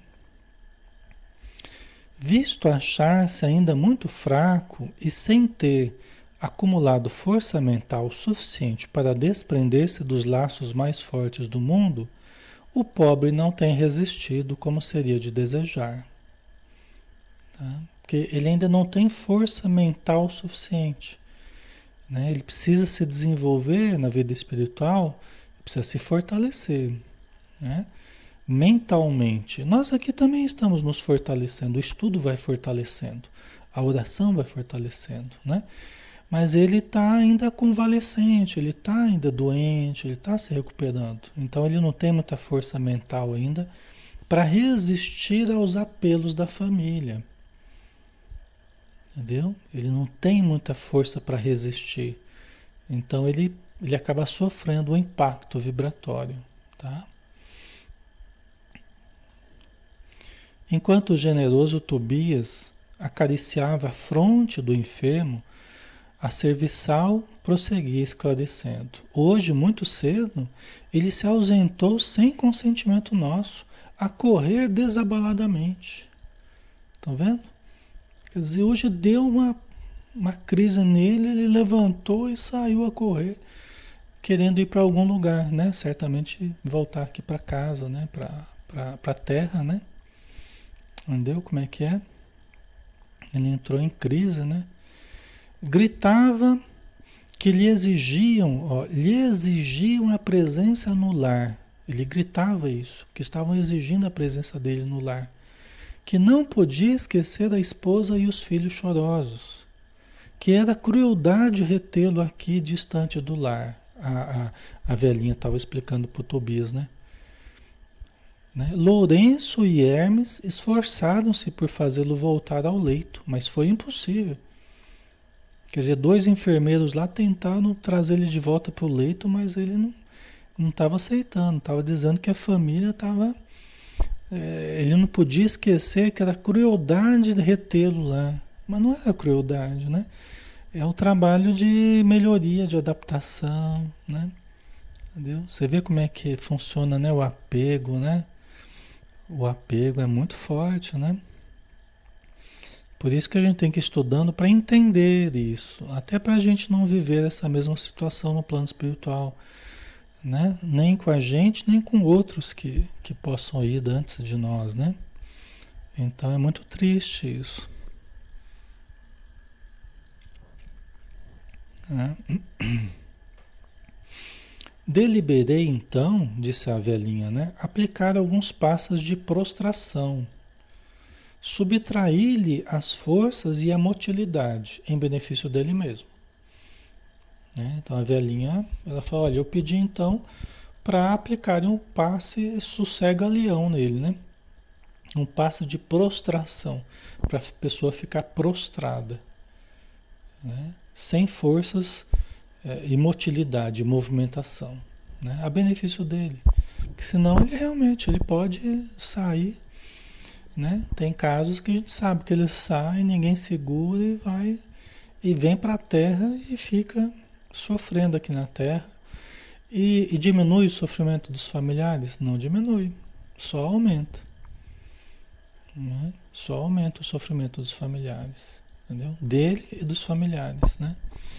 S1: Visto achar-se ainda muito fraco e sem ter acumulado força mental suficiente para desprender-se dos laços mais fortes do mundo, o pobre não tem resistido como seria de desejar. Tá? Porque ele ainda não tem força mental suficiente. Né? Ele precisa se desenvolver na vida espiritual, precisa se fortalecer, né? Mentalmente. Nós aqui também estamos nos fortalecendo, o estudo vai fortalecendo, a oração vai fortalecendo, né? Mas ele está ainda convalescente, ele está ainda doente, ele está se recuperando. Então ele não tem muita força mental ainda para resistir aos apelos da família. Entendeu? Ele não tem muita força para resistir. Então ele acaba sofrendo o impacto vibratório, tá? Enquanto o generoso Tobias acariciava a fronte do enfermo, a serviçal prosseguia esclarecendo. Hoje, muito cedo, ele se ausentou sem consentimento nosso, a correr desabaladamente. Estão vendo? Quer dizer, hoje deu uma crise nele, ele levantou e saiu a correr, querendo ir para algum lugar, né? Certamente voltar aqui para casa, né? Para a terra, né? Entendeu como é que é? Ele entrou em crise, né? Gritava que lhe exigiam a presença no lar. Ele gritava isso, que estavam exigindo a presença dele no lar. Que não podia esquecer a esposa e os filhos chorosos. que era crueldade retê-lo aqui distante do lar. A velhinha estava explicando para o Tobias, né? Lourenço e Hermes esforçaram-se por fazê-lo voltar ao leito, mas foi impossível. Quer dizer, dois enfermeiros lá tentaram trazer ele de volta para o leito, mas ele não estava aceitando, estava dizendo que a família estava. Ele não podia esquecer que era crueldade de retê-lo lá. Mas não era crueldade, né? É um trabalho de melhoria, de adaptação, né? Entendeu? Você vê como é que funciona, né? O apego, né? O apego é muito forte, né? Por isso que a gente tem que ir estudando para entender isso, até para a gente não viver essa mesma situação no plano espiritual, né? Nem com a gente, nem com outros que possam ir antes de nós, né? Então é muito triste isso, né? Deliberei então, disse a velhinha, né? Aplicar alguns passos de prostração, subtrair-lhe as forças e a motilidade em benefício dele mesmo. Né? Então a velhinha, ela falou, olha, eu pedi então para aplicarem um passe sossega-leão nele, né? Um passe de prostração, para a pessoa ficar prostrada, né? Sem forças e motilidade, movimentação, né? A benefício dele. Porque senão ele realmente ele pode sair, né? Tem casos que a gente sabe que ele sai, ninguém segura e vai e vem para a Terra e fica sofrendo aqui na Terra. E diminui o sofrimento dos familiares? Não diminui, só aumenta. Né? Só aumenta o sofrimento dos familiares, entendeu? Dele e dos familiares, né?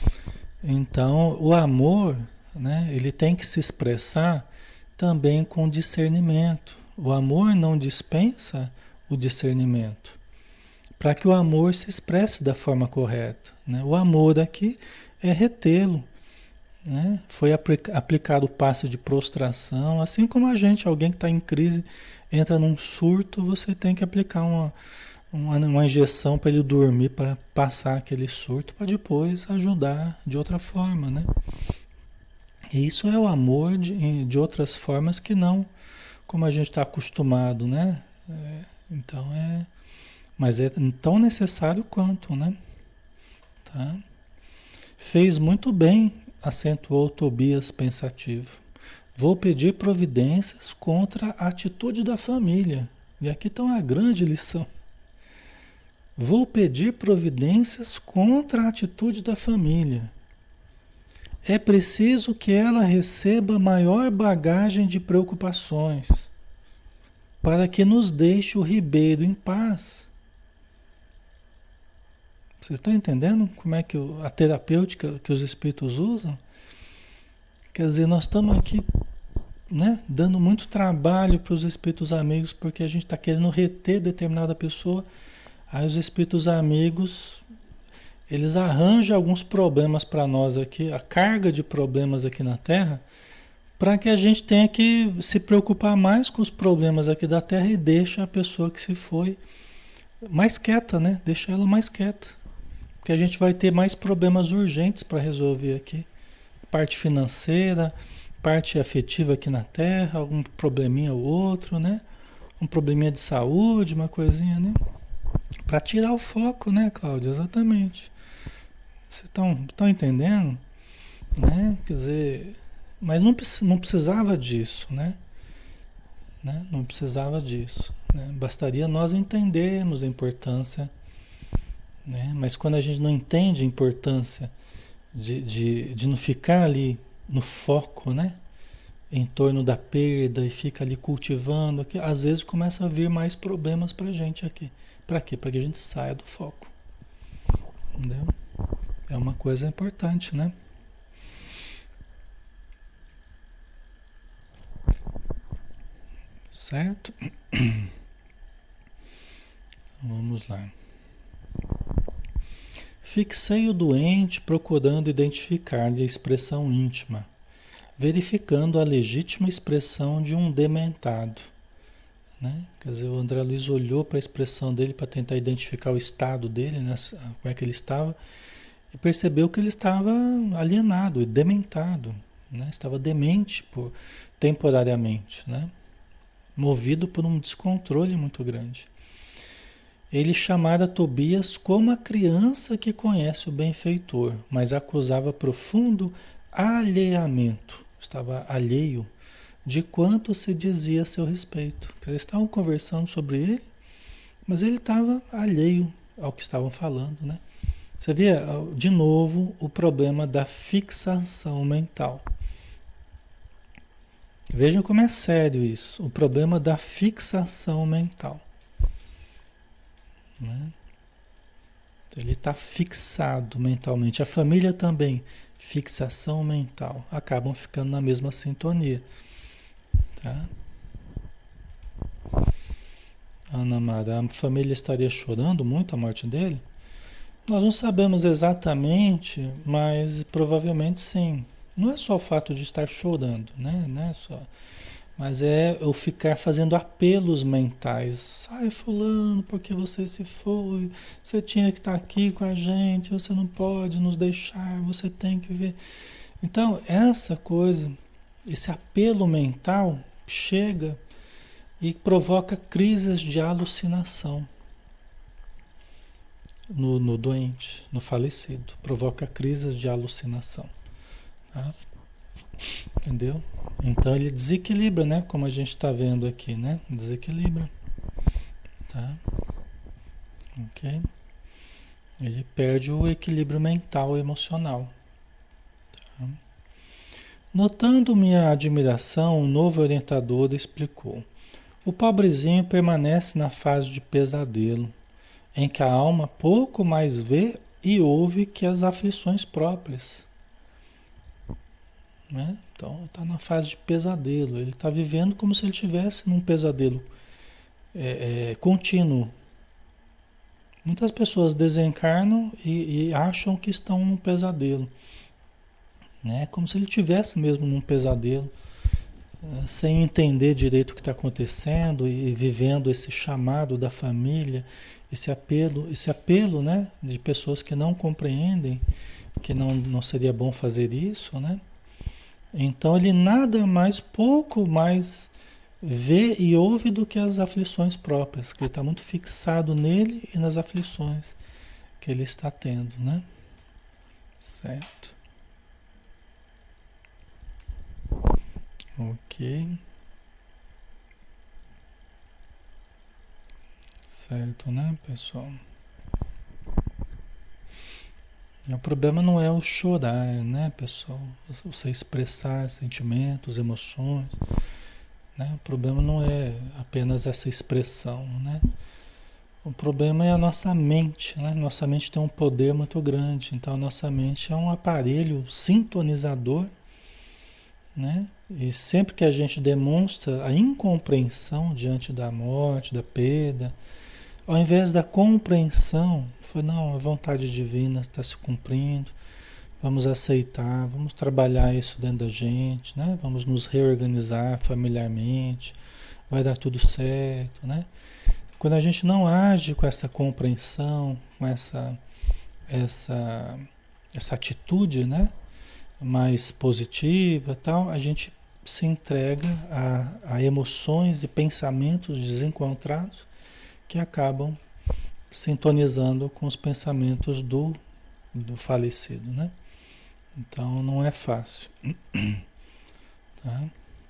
S1: Então, o amor, né, ele tem que se expressar também com discernimento. O amor não dispensa o discernimento. Para que o amor se expresse da forma correta, né? O amor aqui é retê-lo, né? Foi aplicado o passe de prostração, assim como a gente, alguém que está em crise, entra num surto, você tem que aplicar uma injeção para ele dormir, para passar aquele surto, para depois ajudar de outra forma, né? E isso é o amor de outras formas que não como a gente está acostumado, né? Então mas é tão necessário quanto, né? Tá? Fez muito bem, acentuou Tobias pensativo. Vou pedir providências contra a atitude da família. E aqui está uma grande lição. Vou pedir providências contra a atitude da família. É preciso que ela receba maior bagagem de preocupações, para que nos deixe o ribeiro em paz. Vocês estão entendendo como é que a terapêutica que os espíritos usam? Quer dizer, nós estamos aqui, né, dando muito trabalho para os espíritos amigos, porque a gente está querendo reter determinada pessoa. Aí os espíritos amigos, eles arranjam alguns problemas para nós aqui, a carga de problemas aqui na Terra, para que a gente tenha que se preocupar mais com os problemas aqui da Terra e deixa a pessoa que se foi mais quieta, né? Deixa ela mais quieta. Porque a gente vai ter mais problemas urgentes para resolver aqui. Parte financeira, parte afetiva aqui na Terra, algum probleminha ou outro, né? Um probleminha de saúde, uma coisinha, né? Para tirar o foco, né, Cláudia? Exatamente. Vocês estão entendendo? Né? Quer dizer, mas não precisava disso, né? Não precisava disso. Né? Bastaria nós entendermos a importância, né? Mas quando a gente não entende a importância de não ficar ali no foco, né? Em torno da perda e fica ali cultivando, aqui, às vezes começa a vir mais problemas pra gente aqui. Para quê? Para que a gente saia do foco. Entendeu? É uma coisa importante, né? Certo? Vamos lá. Fixei o doente procurando identificar-lhe a expressão íntima, verificando a legítima expressão de um dementado. Né? Quer dizer, o André Luiz olhou para a expressão dele para tentar identificar o estado dele, né? Como é que ele estava, e percebeu que ele estava alienado e dementado, né? Estava demente temporariamente, né? Movido por um descontrole muito grande. Ele chamara Tobias como a criança que conhece o benfeitor, mas acusava profundo alheamento. Estava alheio de quanto se dizia a seu respeito. Eles estavam conversando sobre ele, mas ele estava alheio ao que estavam falando, né? Você vê, de novo, o problema da fixação mental. Vejam como é sério isso, o problema da fixação mental, né? Ele está fixado mentalmente. A família também, fixação mental, acabam ficando na mesma sintonia, tá? Ana Mara, a família estaria chorando muito a morte dele? Nós não sabemos exatamente, mas provavelmente sim. Não é só o fato de estar chorando, né? Não é só. Mas é eu ficar fazendo apelos mentais. Ai, fulano, porque você se foi? Você tinha que estar aqui com a gente, você não pode nos deixar, você tem que ver. Então, essa coisa, esse apelo mental chega e provoca crises de alucinação no doente, no falecido. Provoca crises de alucinação. Tá? Entendeu? Então ele desequilibra, né? Como a gente está vendo aqui, né? Desequilibra. Tá? Ok? Ele perde o equilíbrio mental e emocional. Tá? Notando minha admiração, o novo orientador explicou. O pobrezinho permanece na fase de pesadelo, em que a alma pouco mais vê e ouve que as aflições próprias. Né? Então está na fase de pesadelo. Ele está vivendo como se ele estivesse num pesadelo contínuo. Muitas pessoas desencarnam e acham que estão num pesadelo. Né? Como se ele estivesse mesmo num pesadelo, sem entender direito o que está acontecendo e vivendo esse chamado da família, esse apelo, né, de pessoas que não compreendem que não seria bom fazer isso, né? Então ele nada mais, pouco mais vê e ouve do que as aflições próprias, que ele está muito fixado nele e nas aflições que ele está tendo, né? Certo. Ok. Certo, né, pessoal? O problema não é o chorar, né, pessoal? Você expressar sentimentos, emoções, né? O problema não é apenas essa expressão, né? O problema é a nossa mente, né? Nossa mente tem um poder muito grande, então a nossa mente é um aparelho sintonizador, né? E sempre que a gente demonstra a incompreensão diante da morte, da perda, ao invés da compreensão, foi não, a vontade divina está se cumprindo, vamos aceitar, vamos trabalhar isso dentro da gente, né? Vamos nos reorganizar familiarmente, vai dar tudo certo, né? Quando a gente não age com essa compreensão, com essa, essa atitude, né? Mais positiva, tal, a gente se entrega a emoções e pensamentos desencontrados que acabam sintonizando com os pensamentos do falecido, né? Então não é fácil. Tá?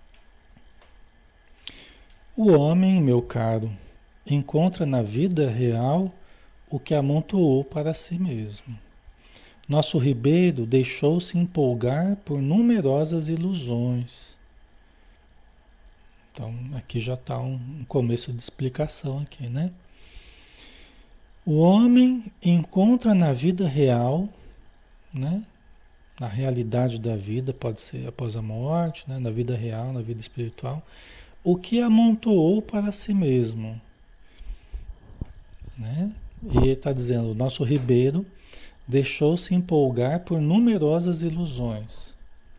S1: O homem, meu caro, encontra na vida real o que amontoou para si mesmo. Nosso Ribeiro deixou-se empolgar por numerosas ilusões. Então, aqui já está um começo de explicação aqui, né? O homem encontra na vida real, né? Na realidade da vida, pode ser após a morte, né? Na vida real, na vida espiritual, o que amontoou para si mesmo, né? E ele está dizendo, o nosso Ribeiro deixou-se empolgar por numerosas ilusões.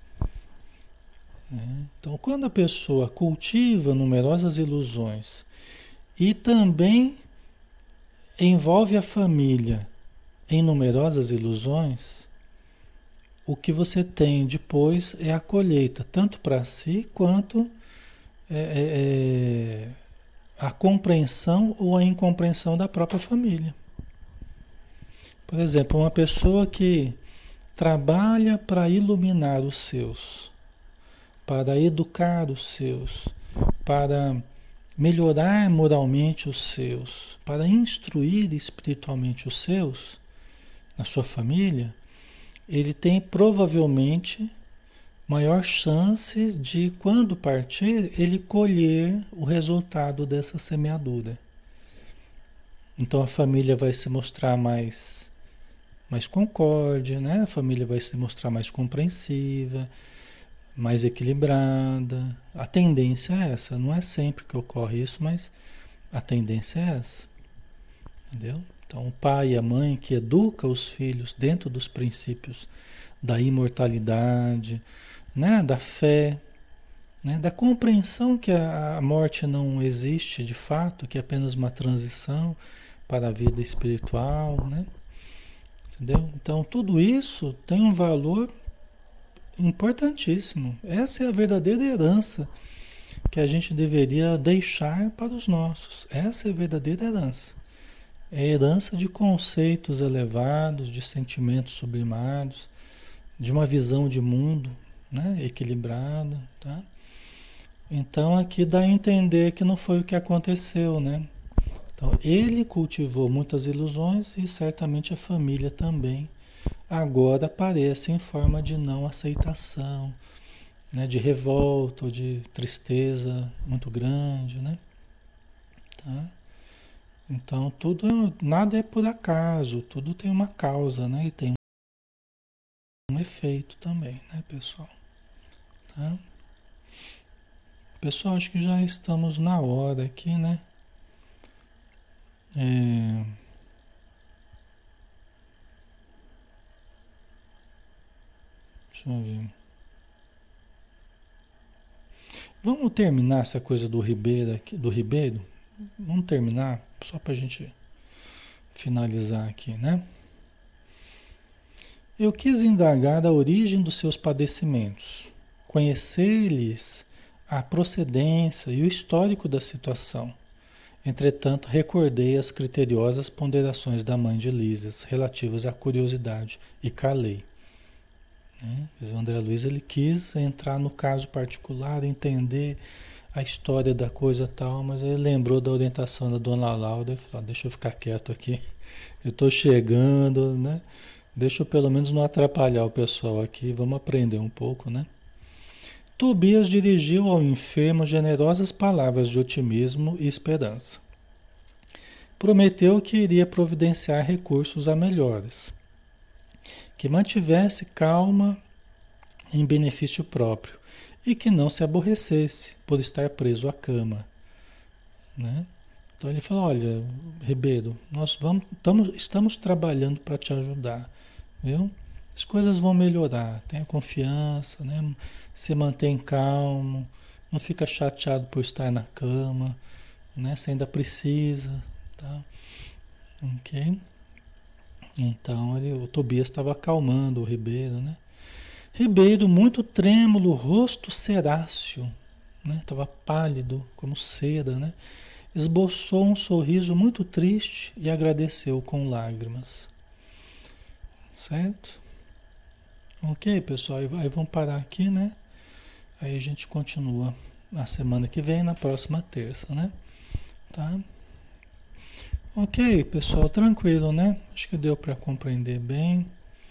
S1: Né? Então, quando a pessoa cultiva numerosas ilusões e também envolve a família em numerosas ilusões, o que você tem depois é a colheita, tanto para si quanto é, a compreensão ou a incompreensão da própria família. Por exemplo, uma pessoa que trabalha para iluminar os seus, para educar os seus, para melhorar moralmente os seus, para instruir espiritualmente os seus, na sua família, ele tem provavelmente maior chance de, quando partir, ele colher o resultado dessa semeadura. Então a família vai se mostrar mais concorde, né? A família vai se mostrar mais compreensiva, mais equilibrada. A tendência é essa, não é sempre que ocorre isso, mas a tendência é essa, entendeu? Então o pai e a mãe que educa os filhos dentro dos princípios da imortalidade, né? Da fé, né? Da compreensão que a morte não existe de fato, que é apenas uma transição para a vida espiritual, né? Entendeu? Então tudo isso tem um valor importantíssimo. Essa é a verdadeira herança que a gente deveria deixar para os nossos. Essa é a verdadeira herança. É a herança de conceitos elevados, de sentimentos sublimados, de uma visão de mundo, né, equilibrada, tá? Então aqui dá a entender que não foi o que aconteceu, né? Então ele cultivou muitas ilusões e certamente a família também agora aparece em forma de não aceitação, né, de revolta, ou de tristeza muito grande, né? Tá? Então nada é por acaso, tudo tem uma causa, né? E tem um efeito também, né, pessoal? Tá? Pessoal, acho que já estamos na hora aqui, né? É, deixa eu ver. Vamos terminar essa coisa do Ribeiro aqui, do Ribeiro? Vamos terminar, só para a gente finalizar aqui, né? Eu quis indagar a origem dos seus padecimentos, conhecer-lhes a procedência e o histórico da situação. Entretanto, recordei as criteriosas ponderações da mãe de Lísias relativas à curiosidade e calei. Né? O André Luiz ele quis entrar no caso particular, entender a história da coisa tal, mas ele lembrou da orientação da dona Laura e falou, deixa eu ficar quieto aqui, eu estou chegando, né? Deixa eu pelo menos não atrapalhar o pessoal aqui, vamos aprender um pouco, né? Tobias dirigiu ao enfermo generosas palavras de otimismo e esperança. Prometeu que iria providenciar recursos a melhores, que mantivesse calma em benefício próprio e que não se aborrecesse por estar preso à cama, né? Então ele falou, olha, Ribeiro, nós estamos trabalhando para te ajudar, viu? As coisas vão melhorar, tenha confiança, né? Se mantém calmo, não fica chateado por estar na cama, né? Você ainda precisa, tá? Ok? Então o Tobias estava acalmando o Ribeiro, né? Ribeiro, muito trêmulo, rosto ceráceo, né? Estava pálido, como cera, né? Esboçou um sorriso muito triste e agradeceu com lágrimas. Certo? Ok, pessoal, aí vamos parar aqui, né? Aí a gente continua na semana que vem, na próxima terça, né? Tá? Ok, pessoal, tranquilo, né? Acho que deu para compreender bem.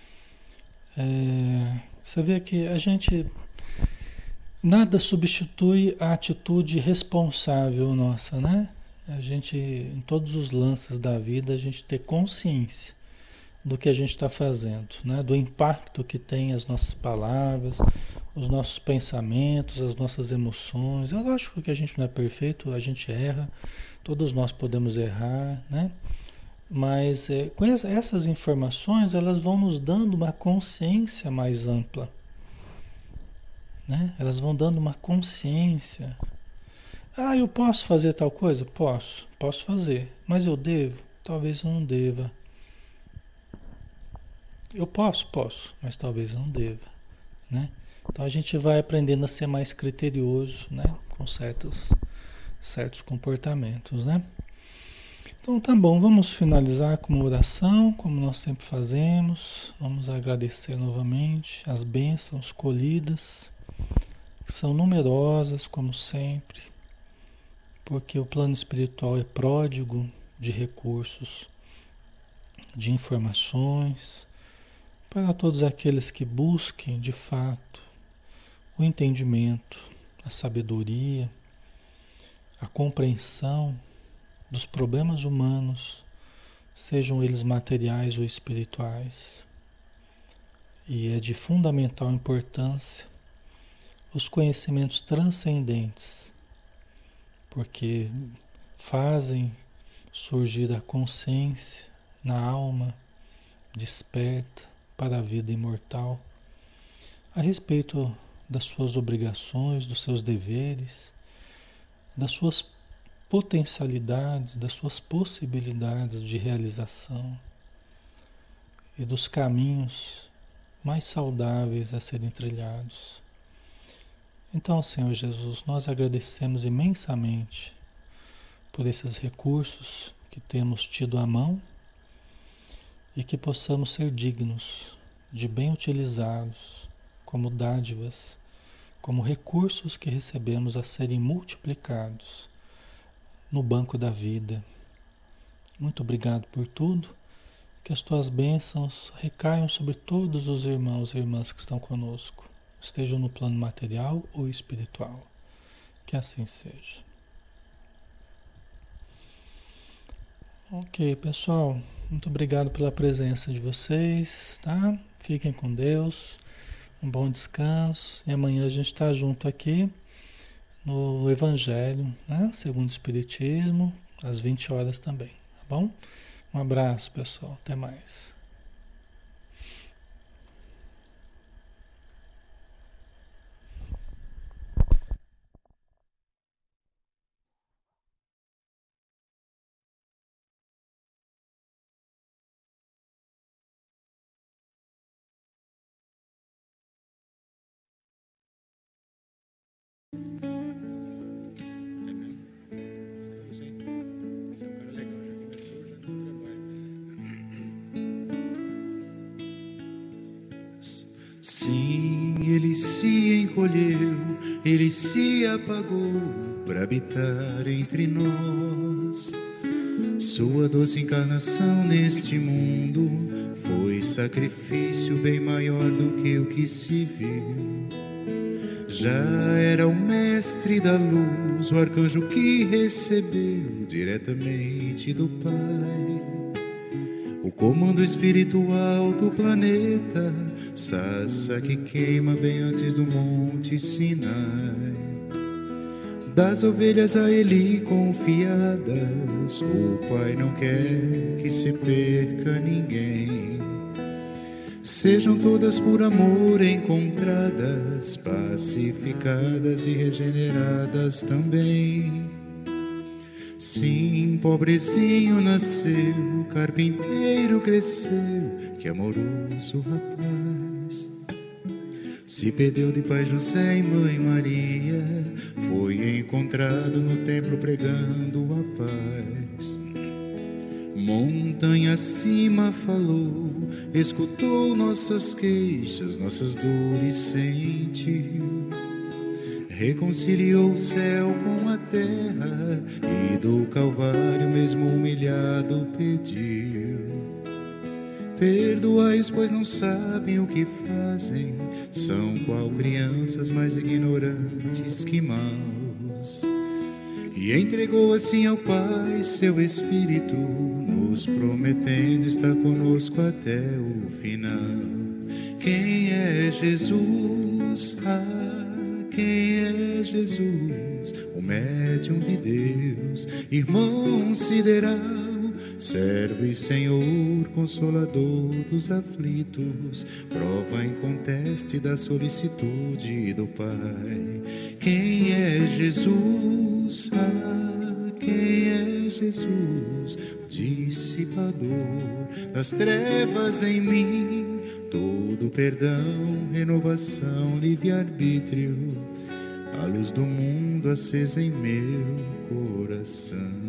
S1: Você vê que a gente nada substitui a atitude responsável nossa, né? A gente, em todos os lances da vida, a gente ter consciência do que a gente está fazendo, né? Do impacto que tem as nossas palavras, os nossos pensamentos, as nossas emoções. É lógico que a gente não é perfeito, a gente erra, todos nós podemos errar, né? Mas com essas informações, elas vão nos dando uma consciência mais ampla, né? Elas vão dando uma consciência. Ah, eu posso fazer tal coisa? Posso fazer. Mas eu devo? Talvez eu não deva. Eu posso, mas talvez não deva, né? Então a gente vai aprendendo a ser mais criterioso, né? Com certos comportamentos, né? Então tá bom, vamos finalizar com uma oração, como nós sempre fazemos. Vamos agradecer novamente as bênçãos colhidas, que são numerosas, como sempre, porque o plano espiritual é pródigo de recursos, de informações, para todos aqueles que busquem de fato o entendimento, a sabedoria, a compreensão dos problemas humanos, sejam eles materiais ou espirituais. E é de fundamental importância os conhecimentos transcendentes, porque fazem surgir a consciência na alma desperta para a vida imortal, a respeito das suas obrigações, dos seus deveres, das suas potencialidades, das suas possibilidades de realização e dos caminhos mais saudáveis a serem trilhados. Então, Senhor Jesus, nós agradecemos imensamente por esses recursos que temos tido à mão e que possamos ser dignos de bem utilizados como dádivas, como recursos que recebemos a serem multiplicados no banco da vida. Muito obrigado por tudo. Que as tuas bênçãos recaiam sobre todos os irmãos e irmãs que estão conosco, estejam no plano material ou espiritual. Que assim seja. Ok, pessoal. Muito obrigado pela presença de vocês, tá? Fiquem com Deus. Um bom descanso. E amanhã a gente está junto aqui no Evangelho, né? Segundo o Espiritismo, às 20 horas também, tá bom? Um abraço, pessoal. Até mais.
S2: Sim, ele se encolheu, ele se apagou para habitar entre nós. Sua doce encarnação neste mundo foi sacrifício bem maior do que o que se viu. Já era o mestre da luz, o arcanjo que recebeu diretamente do Pai o comando espiritual do planeta, sarça que queima bem antes do Monte Sinai. Das ovelhas a ele confiadas, o Pai não quer que se perca ninguém. Sejam todas por amor encontradas, pacificadas e regeneradas também. Sim, pobrezinho nasceu, carpinteiro cresceu, que amoroso rapaz. Se perdeu de pai José e mãe Maria, foi encontrado no templo pregando a paz. Montanha acima falou, escutou nossas queixas, nossas dores sentiu. Reconciliou o céu com a terra e do Calvário mesmo humilhado pediu. Perdoai-os, pois não sabem o que fazem, são qual crianças mais ignorantes que maus. E entregou assim ao Pai seu Espírito, nos prometendo estar conosco até o final. Quem é Jesus? Quem é Jesus? O médium de Deus, irmão sideral, servo e Senhor, consolador dos aflitos, prova inconteste da solicitude do Pai. Quem é Jesus? Quem é Jesus? dissipador das trevas em mim, todo perdão, renovação, livre-arbítrio, a luz do mundo acesa em meu coração.